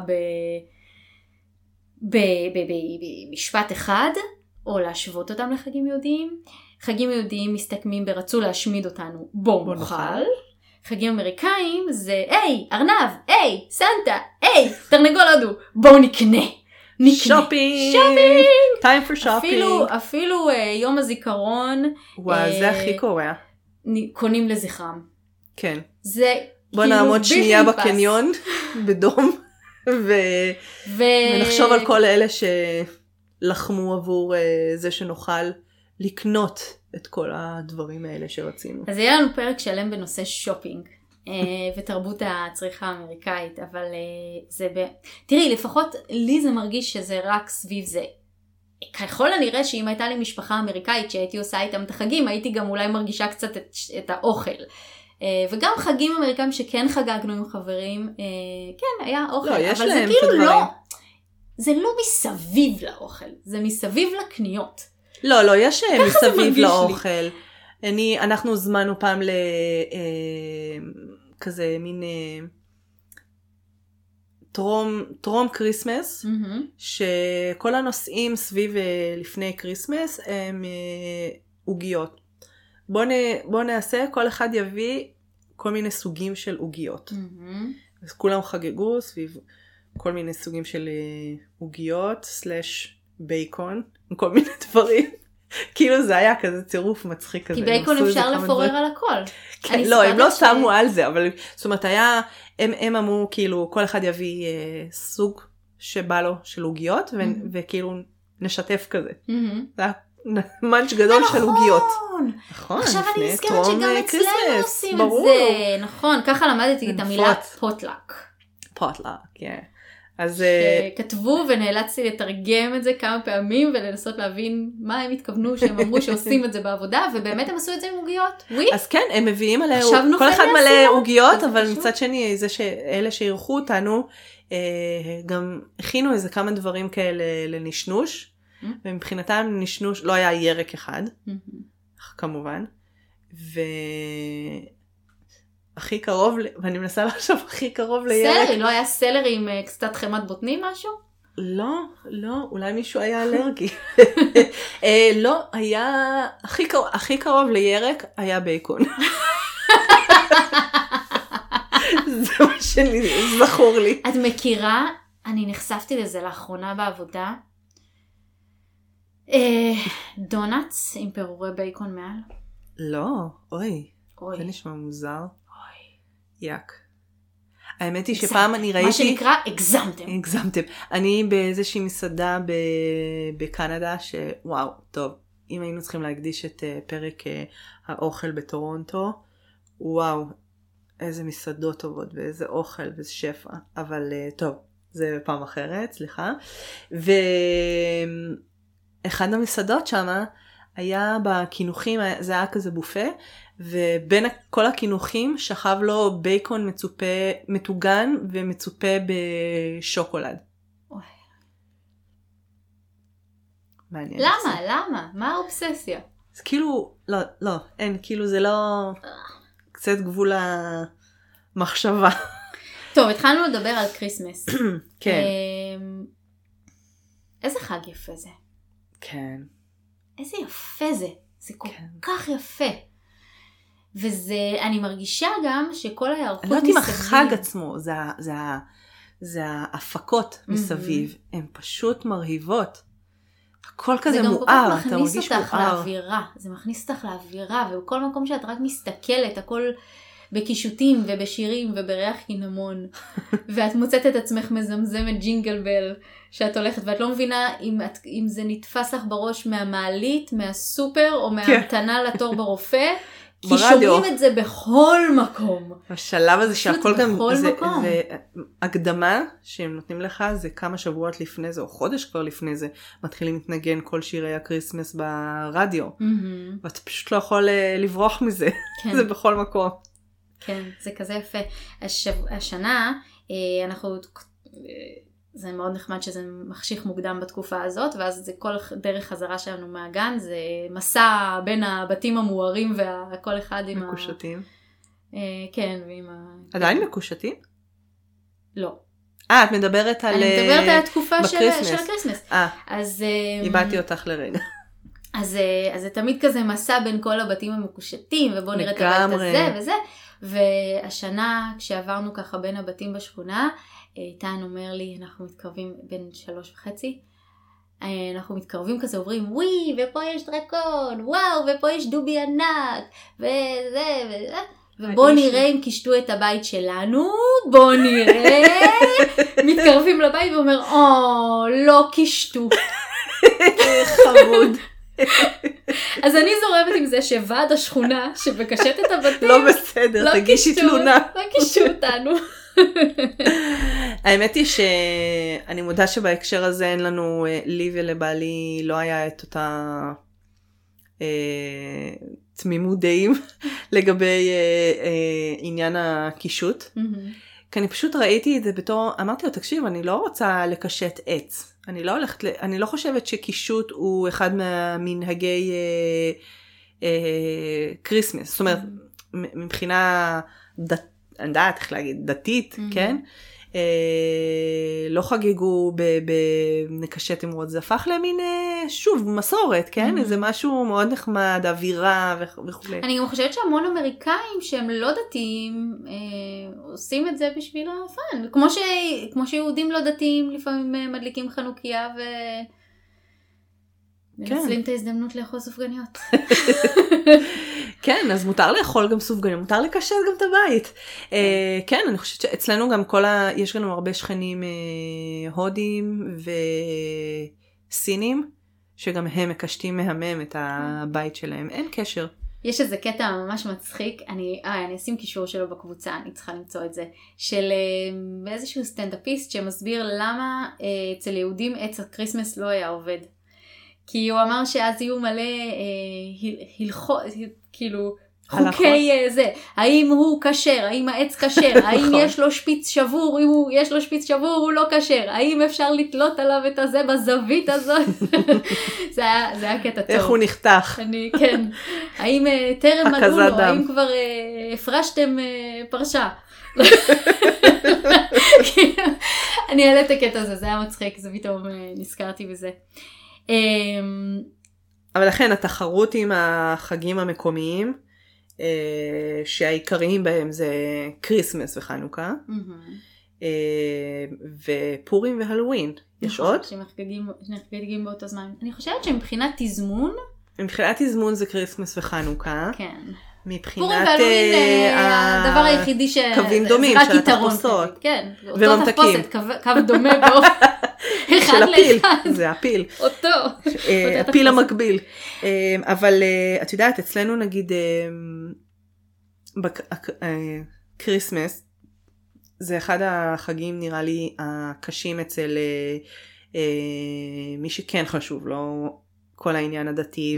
במשפט אחד, או להשוות אותם לחגים יהודיים. חגים יהודיים מסתכמים ברצו להשמיד אותנו, בואו נאכל. חגים אמריקאים זה, היי, ארנב, היי, סנטה, היי, תרנגול הודו, בואו נקנה. שופינג! time for shopping. אפילו יום הזיכרון. וואו, זה הכי קורה. קונים לזכרם. כן. זה בוא נעמוד שנייה בקניון, בדום, ונחשוב על כל אלה לחמו עבור זה שנוכל לקנות את כל הדברים האלה שרצינו. אז יהיה לנו פרק שלם בנושא שופינג ותרבות הצריכה האמריקאית, אבל תראי, לפחות לי זה מרגיש שזה רק סביב זה. ככל הנראה שאם הייתה לי משפחה אמריקאית שהייתי עושה איתם את החגים, הייתי גם אולי מרגישה קצת את האוכל. וגם חגים אמריקאים שכן חגגנו עם חברים, כן, היה אוכל, לא, אבל זה כאילו לא, זה לא מסביב לאוכל, זה מסביב לקניות. לא, יש מסביב לאוכל. אנחנו הוזמנו פעם כזה מין טרום קריסמס, שכל הנושאים סביב לפני קריסמס הם עוגיות. בוא נעשה, כל אחד יביא כל מיני סוגים של עוגיות. אז כולם חגגו סביב כל מיני סוגים של עוגיות, סלש בייקון, כל מיני דברים. כאילו זה היה כזה צירוף מצחיק כזה. כי בייקון אפשר לפורר על הכל. לא, הם לא שמו על זה, אבל זאת אומרת היה, הם אמרו כאילו כל אחד יביא סוג שבא לו של עוגיות, וכאילו נשתף כזה. זה היה מנץ' גדול של עוגיות. נכון. עכשיו אני נזכרת שגם אצלנו עושים את זה. נכון, ככה למדתי את המילה פוטלק. פוטלק, כן. אז שכתבו ונאלצתי לתרגם את זה כמה פעמים ולנסות להבין מה הם התכוונו שהם אמרו שעושים את זה בעבודה, ובאמת הם עשו את זה עם עוגיות. אז כן, הם מביאים עליהם, כל אחד מלא עוגיות, אבל מצד שני, זה שאלה שערכו אותנו, גם הכינו איזה כמה דברים כאלה לנשנוש, ומבחינתם נשנוש, לא היה ירק אחד, כמובן, הכי קרוב, ואני מנסה לחשוב הכי קרוב לירק. סלרי, לא היה סלרי עם קצת חמת בוטנים משהו? לא, אולי מישהו היה אלרגי. לא, היה, הכי קרוב לירק היה בייקון. זה מה שזכור לי. את מכירה, אני נחשפתי לזה לאחרונה בעבודה, דונאטס עם פירורי בייקון מעל? לא, אוי. זה נשמע מוזר. יק. האמת היא שפעם אני ראיתי... מה שנקרא, הגזמתם. אני באיזושהי מסעדה בקנדה, שוואו, טוב, אם היינו צריכים להקדיש את פרק האוכל בטורונטו, וואו, איזה מסעדות טובות, ואיזה אוכל, ואיזה שפע. אבל טוב, זה פעם אחרת, סליחה. ואחד המסעדות שמה, היה בכינוחים, זה היה כזה בופה, ובין כל הכינוחים שכב לו בייקון מטוגן ומצופה בשוקולד. מעניין. למה? מה האובססיה? זה כאילו, לא, אין, כאילו זה לא קצת גבול המחשבה. טוב, התחלנו לדבר על קריסמס. כן. איזה חג יפה זה. כן. איזה יפה זה. זה כל כך יפה. וזה, אני מרגישה גם שכל ההיערכות מסביב. אני לא יודעת אם החג עצמו, זה ההפקות מסביב. הן פשוט מרהיבות. הכל כזה מואר, אתה מרגיש מואר. זה מכניס אותך לאווירה, ובכל מקום שאת רק מסתכלת, הכל בקישוטים ובשירים ובריח קינמון. ואת מוצאת את עצמך מזמזמת ג'ינגל בל, שאת הולכת, ואת לא מבינה אם זה נתפס לך בראש מהמעלית, מהסופר, או מהמתנה לתור ברופא, כי שומעים את זה בכל מקום. השלב הזה שהכל גם, זה הקדמה שהם נותנים לך, זה כמה שבועות לפני זה, או חודש כבר לפני זה, מתחילים להתנגן כל שירי הקריסמס ברדיו. ואתה פשוט לא יכול לברוח מזה. זה בכל מקום. כן, זה כזה יפה. השנה, אנחנו... זה מאוד נחמד שזה מחשיך מוקדם בתקופה הזאת, ואז זה כל דרך חזרה שלנו מהגן, זה מסע בין הבתים המוארים וכל אחד עם מקושטים. כן, ועם עדיין מקושטים? לא. את מדברת על... אני מדברת על התקופה של הקריסמס. אז... איבדתי אותך לרגע. אז זה תמיד כזה מסע בין כל הבתים המקושטים, ובוא נראה את הבית הזה וזה. והשנה, כשעברנו ככה בין הבתים בשכונה, איתן אומר לי, אנחנו מתקרבים בין 3:30, אנחנו מתקרבים כזה, עוברים, וואי, ופה יש דרקון, וואו, ופה יש דובי ענק, וזה, ובוא נראה אם קישטו את הבית שלנו, בוא נראה, מתקרבים לבית ואומר, לא קישטו. חמוד. אז אני זורמת עם זה שוועד השכונה שמקשט את הבתים לא בסדר, תגישי תלונה. לא קישטו אותנו. האמת היא שאני מודה שבהקשר הזה אין לנו, לי ולבעלי לא היה את אותה תמימות דעים לגבי עניין הקישוט. כי אני פשוט ראיתי את זה בתור, אמרתי לו, תקשיב, אני לא רוצה לקשט עץ. אני לא חושבת שקישוט הוא אחד מהמנהגי קריסמס. זאת אומרת, מבחינה אני יודעת איך להגיד, דתית, כן? לא חגגו נקשט אמרות, זה הפך למין, שוב, מסורת, כן? זה משהו מאוד נחמד, אווירה וכו'. אני גם חושבת שהמון אמריקאים שהם לא דתיים, עושים את זה בשביל הפן. כמו שיהודים לא דתיים לפעמים מדליקים חנוכיה מנצלים את ההזדמנות לאכול סופגניות. כן, אז מותר לאכול גם סופגניות, מותר לקשט גם את הבית. כן, אני חושבת שאצלנו גם יש לנו הרבה שכנים הודים וסינים, שגם הם מקשטים מהמם את הבית שלהם. אין קשר. יש איזה קטע ממש מצחיק, אני אשים קישור שלו בקבוצה, אני צריכה למצוא את זה, של איזשהו סטנדאפיסט שמסביר למה אצל יהודים עץ הקריסמס לא היה עובד. כי הוא אמר שאז יהיו מלא כאילו חוקי זה, האם הוא כשר, האם העץ כשר, האם יש לו שפיץ שבור, אם יש לו שפיץ שבור הוא לא כשר, האם אפשר לתלות עליו את הזה בזווית הזאת. זה היה קטע טוב. איך הוא נחתך. כן. האם טרם מלאו לו, האם כבר הפרשתם פרשה. אני אעלה את הקטע הזה, זה היה מצחיק, זה פתאום נזכרתי בזה. אבל לכן התחרות עם החגים המקומיים, שהעיקריים בהם זה קריסמס וחנוכה, ופורים והלווין. יש עוד? שנחגגים באותו זמן. אני חושבת שמבחינת תזמון, מבחינת תזמון זה קריסמס וחנוכה. כן. מבחינת פורים והלווין, הדבר היחידי קווים דומים של התחפושות. כן, וממתקים. קו דומה בו. של הפיל, זה הפיל. אותו. הפיל המקביל. אבל את יודעת, אצלנו נגיד קריסמס, זה אחד החגים נראה לי הקשים אצל מי שכן חשוב, לא כל העניין הדתי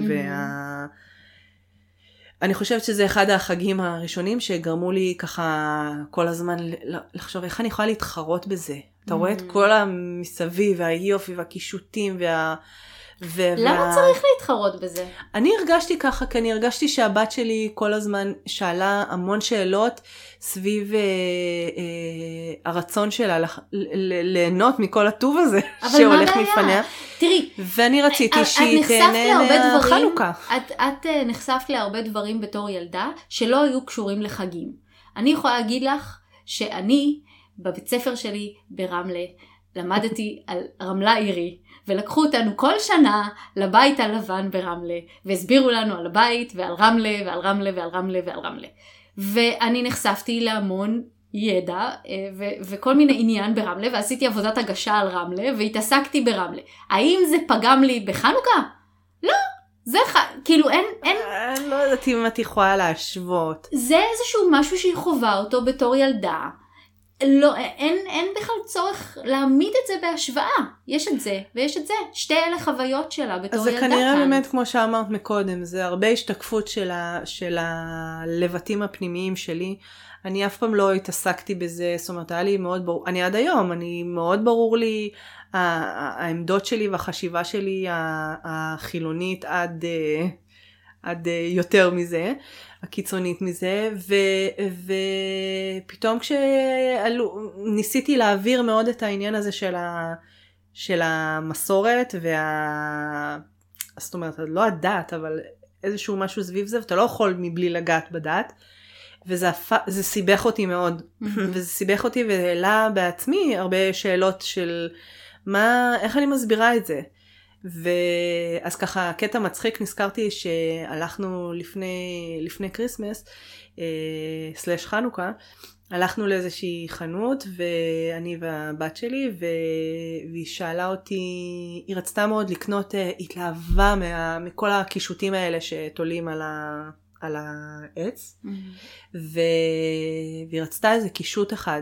אני חושבת שזה אחד החגים הראשונים שגרמו לי ככה כל הזמן לחשוב איך אני יכולה להתחרות בזה. אתה רואה את כל המסביב והיופי והקישוטים למה צריך להתחרות בזה? אני הרגשתי ככה, כי אני הרגשתי שהבת שלי כל הזמן שאלה המון שאלות סביב הרצון שלה ליהנות מכל הטוב הזה שהולך מפניה. תראי, ואני רציתי שהיא תהנה חנוכה. את נחשפת להרבה דברים בתור ילדה שלא היו קשורים לחגים. אני יכולה להגיד לך שאני בבית ספר שלי ברמלה למדתי על רמלה עירי. ולקחו אותנו כל שנה לבית הלבן ברמלה, והסבירו לנו על הבית ועל רמלה ועל רמלה ועל רמלה ועל רמלה. ואני נחשפתי להמון ידע וכל מיני עניין ברמלה, ועשיתי עבודת הגשה על רמלה, והתעסקתי ברמלה. האם זה פגם לי בחנוכה? לא. זה כאילו אין... אני לא יודעת אם את יכולה להשוות. זה איזשהו משהו שהיא חובה אותו בתור ילדה. לא, אין בכלל צורך להעמיד את זה בהשוואה. יש את זה ויש את זה. שתי אלה חוויות שלה בתור ילדה כאן. אז זה כנראה באמת כמו שאמרת מקודם, זה הרבה השתקפות של הלבטים הפנימיים שלי. אני אף פעם לא התעסקתי בזה, זאת אומרת, היה לי מאוד ברור, אני עד היום, אני מאוד ברור לי העמדות שלי והחשיבה שלי החילונית עד יותר מזה. הקיצונית מזה, ופתאום ניסיתי להעביר מאוד את העניין הזה של המסורת, זאת אומרת, לא הדת, אבל איזשהו משהו סביב זה, ואתה לא יכול מבלי לגעת בדת, וזה סיבך אותי מאוד, וזה סיבך אותי והעלה בעצמי הרבה שאלות של איך אני מסבירה את זה. ואז ככה קטע מצחיק, נזכרתי שהלכנו לפני קריסמס סלש חנוכה, הלכנו לאיזושהי חנות ואני והבת שלי, והיא שאלה אותי, היא רצתה מאוד לקנות, התלהבה מכל הקישוטים האלה שתולים על העץ, והיא רצתה איזה קישוט אחד,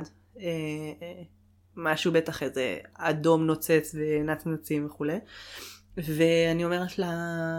משהו בטח איזה אדום נוצץ ונצנצים וכו'. ואני אומרת לה,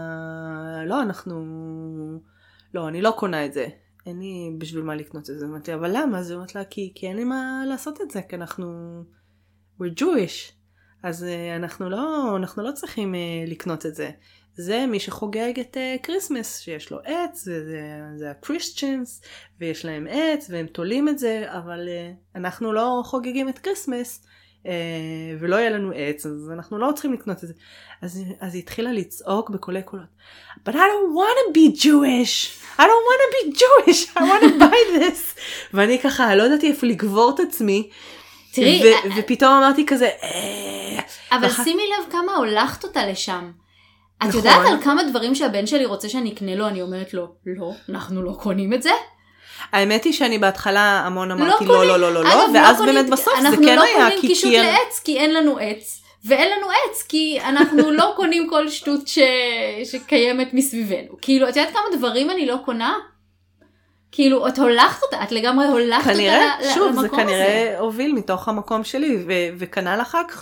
לא, אני לא קונה את זה. אין לי בשביל מה לקנות את זה. אמרתי, אבל למה? אז אומרת לה, כי אין לי מה לעשות את זה, כי we're Jewish. אז אנחנו לא צריכים לקנות את זה. זה מי שחוגג את קריסמס, שיש לו עץ, וזה הקריסטיאנס, ויש להם עץ, והם תולים את זה, אבל אנחנו לא חוגגים את קריסמס, ולא יהיה לנו עץ, אז אנחנו לא צריכים לקנות את זה. אז היא התחילה לצעוק בקולי קולות, But I don't want to be Jewish! I don't want to be Jewish! I want to buy this! ואני ככה, לא ידעתי איפה לגבור את עצמי, תראי, ופתאום אמרתי כזה, אבל שימי לב כמה הולכת אותה לשם. את יודעת על כמה דברים שהבן שלי רוצה שאני אקנה לו, אני אומרת לו, לא, אנחנו לא קונים את זה. האמת היא שאני בהתחלה המון אמרתי לא, ואז באמת בסוף זה כן היה. אנחנו לא קונים קישוט לעץ כי אין לנו עץ, ואין לנו עץ כי אנחנו לא קונים כל שטות שקיימת מסביבנו. כאילו, את יודעת כמה דברים אני לא קונה? כאילו, את הולכת אותה, את לגמרי הולכת אותה למקום הזה. שוב, זה כנראה הוביל מתוך המקום שלי, וכנ"ל אחר כך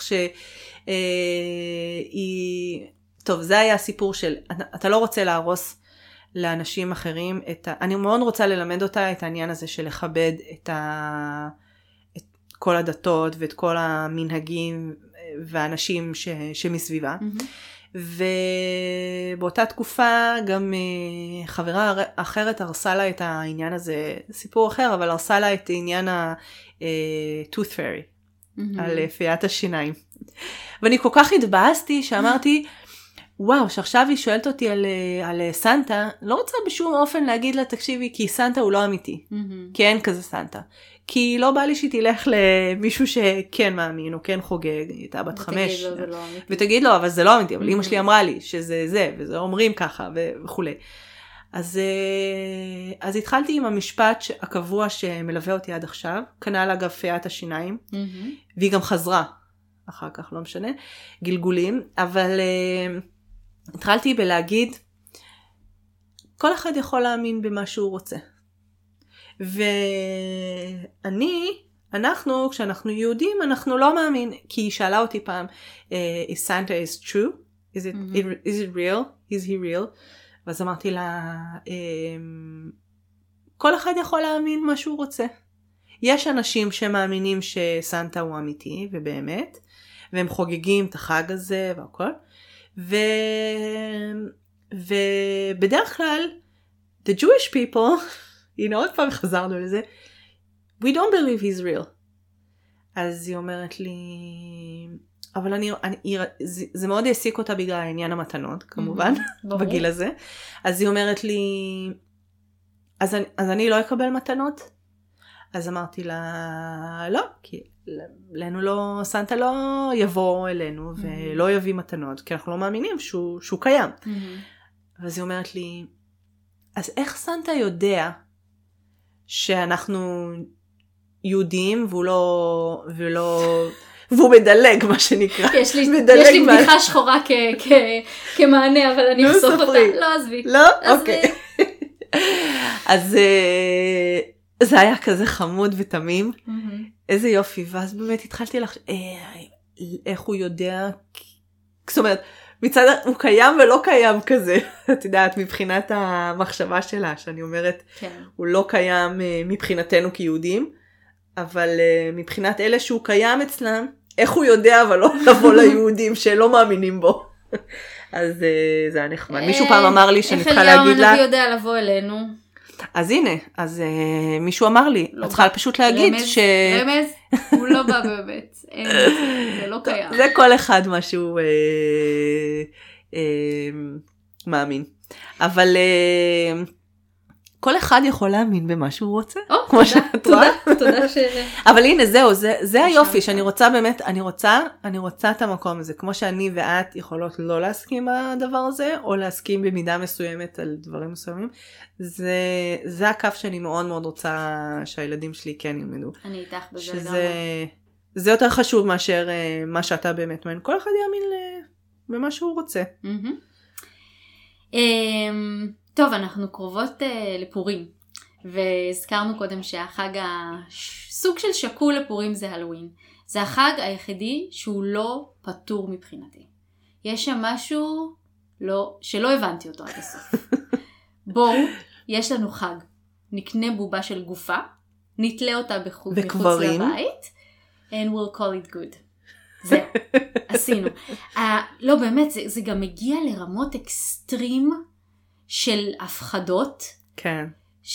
טוב, זה היה הסיפור של, אתה לא רוצה להרוס לאנשים אחרים, אני מאוד רוצה ללמד אותה את העניין הזה של לכבד את כל הדתות ואת כל המנהגים והאנשים שמסביבה. ובאותה תקופה גם חברה אחרת הרסה לה את העניין הזה, סיפור אחר, אבל הרסה לה את עניין ה-tooth fairy, על פיית השיניים. ואני כל כך התבאסתי שאמרתי, וואו, שעכשיו היא שואלת אותי על סנטה, לא רוצה בשום אופן להגיד לה, תקשיבי, כי סנטה הוא לא אמיתי. כי אין כזה סנטה. כי לא בא לי שהיא תלך למישהו שכן מאמין, או כן חוגג, היא הייתה בת 5. ותגיד לו, אבל זה לא אמיתי, אבל אמא שלי אמרה לי שזה זה, וזה אומרים ככה, וכו'. אז התחלתי עם המשפט הקבוע שמלווה אותי עד עכשיו, כנ"ל אגב פיית השיניים, והיא גם חזרה, אחר כך לא משנה, גלגולים, אבל התחלתי בלהגיד, כל אחד יכול להאמין במה שהוא רוצה. אנחנו, כשאנחנו יהודים, אנחנו לא מאמין, כי היא שאלה אותי פעם, is Santa is true? Is it real? Is he real? ואז אמרתי לה, כל אחד יכול להאמין מה שהוא רוצה. יש אנשים שמאמינים שסנטה הוא אמיתי, ובאמת, והם חוגגים את החג הזה והכל, ובדרך כלל, the Jewish people, הנה עוד פעם חזרנו לזה, we don't believe he's real. אז היא אומרת לי, אבל זה מאוד העסיק אותה בגלל העניין המתנות, כמובן, בגיל הזה. אז היא אומרת לי, אז אני לא אקבל מתנות? אז אמרתי לה, לא, כי לנו לא, סנטה לא יבוא אלינו ולא יביא מתנות, כי אנחנו לא מאמינים שהוא קיים. אז היא אומרת לי, אז איך סנטה יודע שאנחנו יהודים והוא מדלג, מה שנקרא. יש לי בדיחה שחורה כמענה, אבל אני אחסוך אותה. לא, עזבי. לא? אוקיי. אז זה היה כזה חמוד ותמים. איזה יופי. ואז באמת התחלתי איך הוא יודע, זאת אומרת, מצד הוא קיים ולא קיים כזה. את יודעת, מבחינת המחשבה שלה, שאני אומרת, הוא לא קיים מבחינתנו כיהודים, אבל מבחינת אלה שהוא קיים אצלם, איך הוא יודע אבל לא לבוא ליהודים שלא מאמינים בו. אז זה היה נחמד. מישהו פעם אמר לי שאני צריכה להגיד לה... איך אליהו הנביא יודע לבוא אלינו? אז הנה, אז מישהו אמר לי, את צריכה פשוט להגיד רמז, הוא לא בא באמת. זה לא קיים. זה כל אחד מה שהוא מאמין. אבל... כל אחד יכול להאמין במה שהוא רוצה. תודה ש... אבל הנה, זהו, זה היופי, שאני רוצה באמת, אני רוצה את המקום הזה, כמו שאני ואת יכולות לא להסכים בדבר הזה, או להסכים במידה מסוימת על דברים מסוימים, זה הקו שאני מאוד מאוד רוצה שהילדים שלי כן ילמדו. אני איתך בזה גם. זה יותר חשוב מאשר מה שאתה באמת מאמין, כל אחד יאמין במה שהוא רוצה. טוב, אנחנו קרובות לפורים, והזכרנו קודם שהחג הסוג של שקול לפורים זה הלואוין. זה החג היחידי שהוא לא פטור מבחינתי. יש שם משהו שלא הבנתי אותו עד הסוף. בואו, יש לנו חג, נקנה בובה של גופה, נתלה אותה מחוץ לבית, and we'll call it good. זהו, עשינו. לא, באמת, זה גם מגיע לרמות אקסטרים, של הפחדות. כן.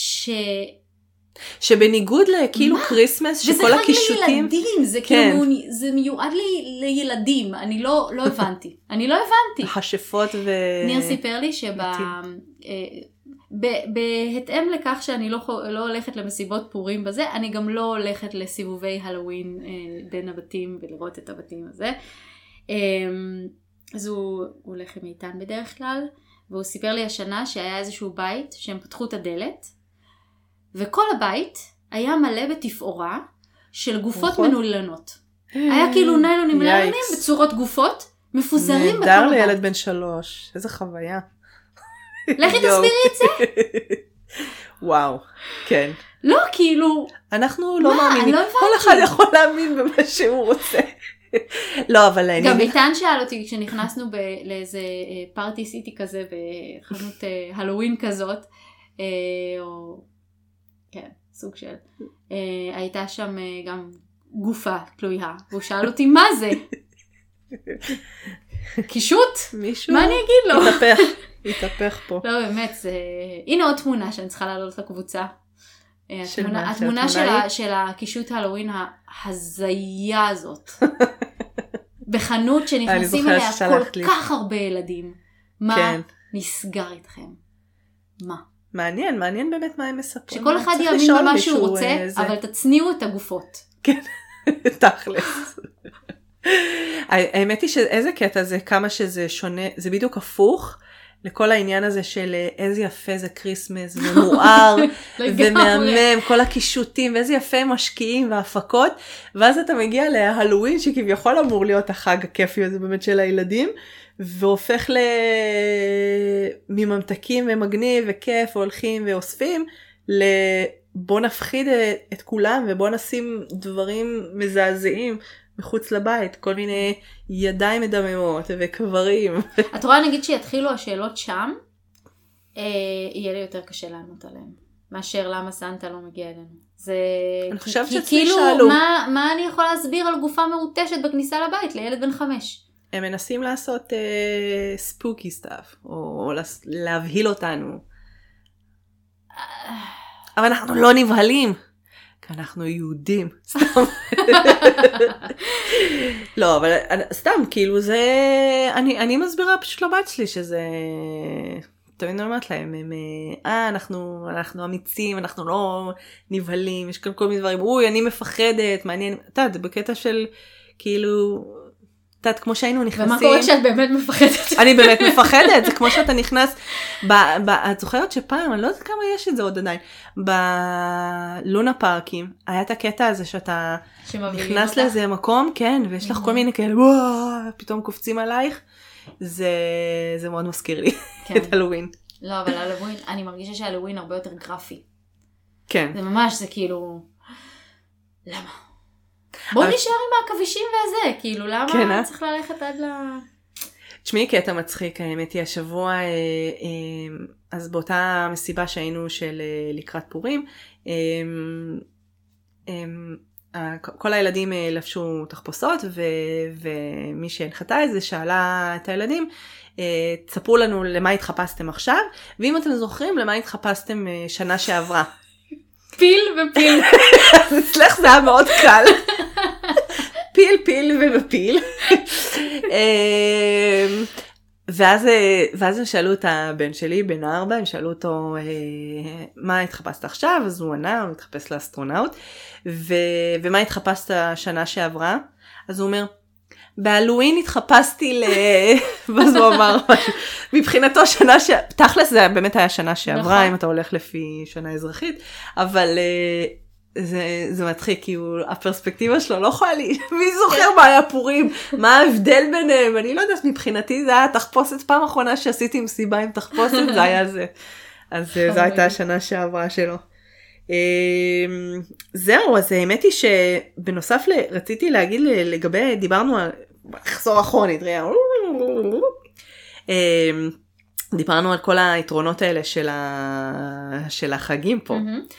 שבניגוד לכאילו קריסמס, שכל הקישוטים... וזה חג לילדים, זה כאילו, זה מיועד לילדים, אני לא הבנתי. חשפות ו... ניר סיפר לי בהתאם לכך שאני לא הולכת למסיבות פורים בזה, אני גם לא הולכת לסיבובי הלואוין בין הבתים ולראות את הבתים הזה. אז הוא הולך עם איתן בדרך כלל, והוא סיפר לי השנה שהיה איזשהו בית שהם פתחו את הדלת, וכל הבית היה מלא בתפאורה של גופות מנולנות. היה כאילו ניילונים מנולנים בצורות גופות, מפוזרים בכל הבית. נהדר לילד בן 3, איזה חוויה. לכי תסבירי את זה. וואו, כן. לא, כאילו... אנחנו לא מאמינים. כל אחד יכול להאמין במה שהוא רוצה. לא, אבל... גם איתן שאל אותי כשנכנסנו לאיזה פארטי סיטי כזה, בחנות הלואוין כזאת, או... כן, סוג של... הייתה שם גם גופה תלויה, והוא שאל אותי מה זה? קישוט? מישהו? מה אני אגיד לו? התהפך פה. לא, באמת, הנה עוד תמונה שאני צריכה לעלות לקבוצה. התמונה של הקישוט הלואוין ההזיה הזאת. בחנות שנכנסים אליה כל כך הרבה ילדים. מה נסגר איתכם? מה? מעניין באמת מה הם מספרים. שכל אחד יאמין במה שהוא רוצה, אבל תצניעו את הגופות. כן, תכלס. האמת היא שאיזה קטע זה, כמה שזה שונה, זה בדיוק הפוך לכל העניין הזה של איזה יפה זה קריסמס, ומואר, ומהמם, כל הקישוטים, ואיזה יפה הם משקיעים והפקות, ואז אתה מגיע להלואוין שכביכול אמור להיות החג הכיפי הזה באמת של הילדים, והופך מממתקים ומגניב וכיף, והולכים ואוספים, בוא נפחיד את כולם, ובוא נשים דברים מזעזעים, מחוץ לבית, כל מיני ידיים מדממות וקברים. את רואה נגיד שיתחילו השאלות שם, יהיה לי יותר קשה לענות עליהן, מאשר למה סנטה לא מגיע אלינו. זה... אני חושבת שאצלי כאילו, שאלו. מה אני יכולה להסביר על גופה מרוטשת בכניסה לבית לילד בן 5? הם מנסים לעשות ספוקי סטאפ, או להבהיל אותנו. אבל אנחנו לא נבהלים. כי אנחנו יהודים, סתם. לא, אבל סתם, כאילו זה, אני מסבירה פשוט לבת שלי שזה, תמיד אני אומרת להם, אנחנו אמיצים, אנחנו לא נבהלים, יש כאן כל מיני דברים, אני מפחדת, מעניין, אתה יודע, בקטע של, כאילו, אתה יודעת, כמו שהיינו נכנסים. ומה קורה כשאת באמת מפחדת? אני באמת מפחדת, זה כמו שאתה נכנס, את זוכרת שפעם, אני לא יודעת כמה יש את זה עוד עדיין, בלונה פארקים, היה את הקטע הזה שאתה נכנס לאיזה מקום, כן, ויש לך כל מיני כאלה, פתאום קופצים עלייך, זה מאוד מזכיר לי את הלואוין. לא, אבל הלואוין, אני מרגישה שהלואוין הרבה יותר גרפי. כן. זה ממש, זה כאילו, למה? בוא נשאר עם הכבישים והזה, כאילו, למה צריך ללכת עד ל... תשמעי, קטע מצחיק, האמת היא, השבוע, אז באותה מסיבה שהיינו של לקראת פורים, כל הילדים לבשו תחפושות, ומי שהנחתה את זה שאלה את הילדים, תספרו לנו למה התחפשתם עכשיו, ואם אתם זוכרים למה התחפשתם שנה שעברה. פיל ופיל. אצלך זה היה מאוד קל. פיל ומפיל. ואז הם שאלו את הבן שלי, בן 4, הם שאלו אותו, מה התחפשת עכשיו? אז הוא ענה, הוא התחפש לאסטרונאוט. ומה התחפשת שנה שעברה? אז הוא אומר, בהלואוין התחפשתי ואז הוא אמר, מבחינתו שנה תכלס זה באמת היה שנה שעברה, אם אתה הולך לפי שנה אזרחית, אבל זה מצחיק, כי הפרספקטיבה שלו לא יכולה לי, מי זוכר מה היה פורים, מה ההבדל ביניהם, אני לא יודעת, מבחינתי זה היה תחפושת, פעם אחרונה שעשיתי מסיבה עם תחפושת, זה היה זה. אז זו הייתה השנה שעברה שלו. זהו, אז האמת היא שבנוסף רציתי להגיד לגבי, דיברנו על חזור אחרונית, דיברנו על כל היתרונות האלה של החגים פה.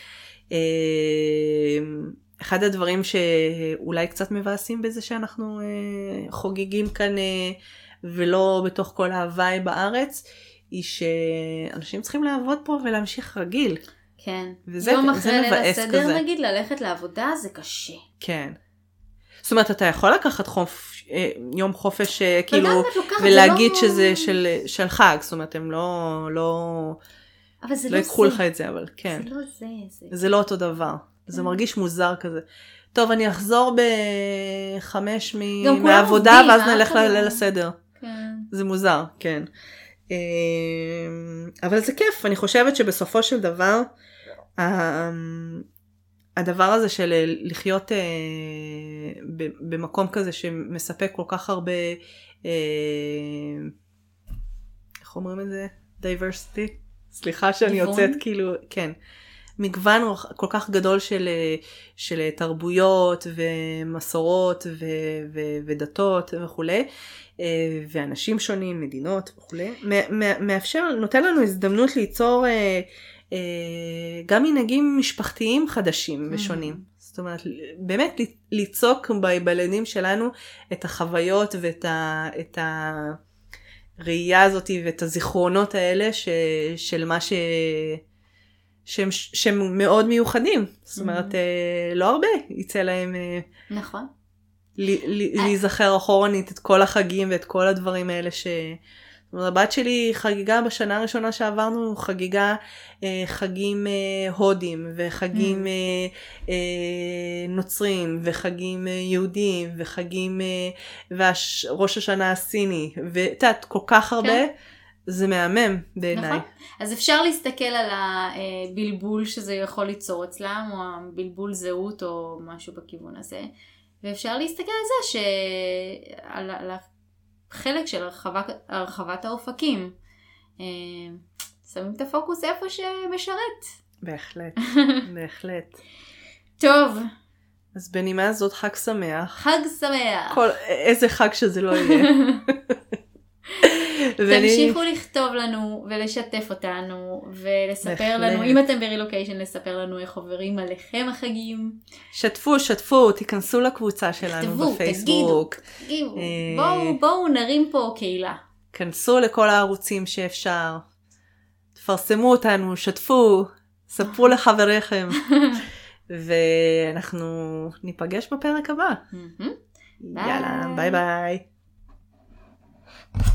אחד הדברים שאולי קצת מבאסים בזה שאנחנו חוגגים כאן ולא בתוך כל ההוואי בארץ, היא שאנשים צריכים לעבוד פה ולהמשיך רגיל. כן. וזה יום אחרי ליל מבאס הסדר כזה. נגיד ללכת לעבודה זה קשה. כן. זאת אומרת, אתה יכול לקחת יום חופש כאילו, לוקחת, ולהגיד לא... שזה של חג, זאת אומרת, הם לא יקחו לך את זה, אבל כן. זה לא זה. זה לא אותו דבר. זה מרגיש מוזר כזה. טוב, אני אחזור ב5 מהעבודה, ואז נלך ליל הסדר. כן. זה מוזר, כן. אבל זה כיף, אני חושבת שבסופו של דבר, הדבר הזה של לחיות במקום כזה שמספק כל כך הרבה, איך אומרים את זה? diversity? סליחה שאני יוצאת כאילו, כן. מגוון כל כך גדול של תרבויות ומסורות ודתות וכולי, ואנשים שונים, מדינות וכולי, נותן לנו הזדמנות ליצור גם מנהגים משפחתיים חדשים ושונים. זאת אומרת, באמת ליצוק בילדים שלנו את החוויות ואת הראייה הזאת ואת הזיכרונות האלה של מה שהם מאוד מיוחדים. זאת אומרת, לא הרבה יצא להם נכון. להיזכר אחורנית את כל החגים ואת כל הדברים האלה זאת אומרת, הבת שלי חגיגה בשנה הראשונה שעברנו, חגיגה חגים הודים וחגים נוצרים וחגים יהודים וחגים וראש השנה הסיני, ותת, כל כך הרבה, זה מהמם בעיניי. נכון. אז אפשר להסתכל על הבלבול שזה יכול ליצור אצלם, או הבלבול זהות או משהו בכיוון הזה, ואפשר להסתכל על זה על חלק של הרחבת האופקים. שמים את הפוקוס איפה שמשרת. בהחלט, בהחלט. טוב. אז בנימה הזאת חג שמח. חג שמח. איזה חג שזה לא יהיה. תמשיכו לכתוב לנו ולשתף אותנו ולספר לנו, אם אתם ברילוקיישן, לספר לנו איך עוברים עליכם החגים. שתפו, תיכנסו לקבוצה שלנו בפייסבוק. תגידו, בואו נרים פה קהילה. כנסו לכל הערוצים שאפשר. תפרסמו אותנו, שתפו, ספרו לחבריכם. ואנחנו ניפגש בפרק הבא. יאללה, ביי ביי.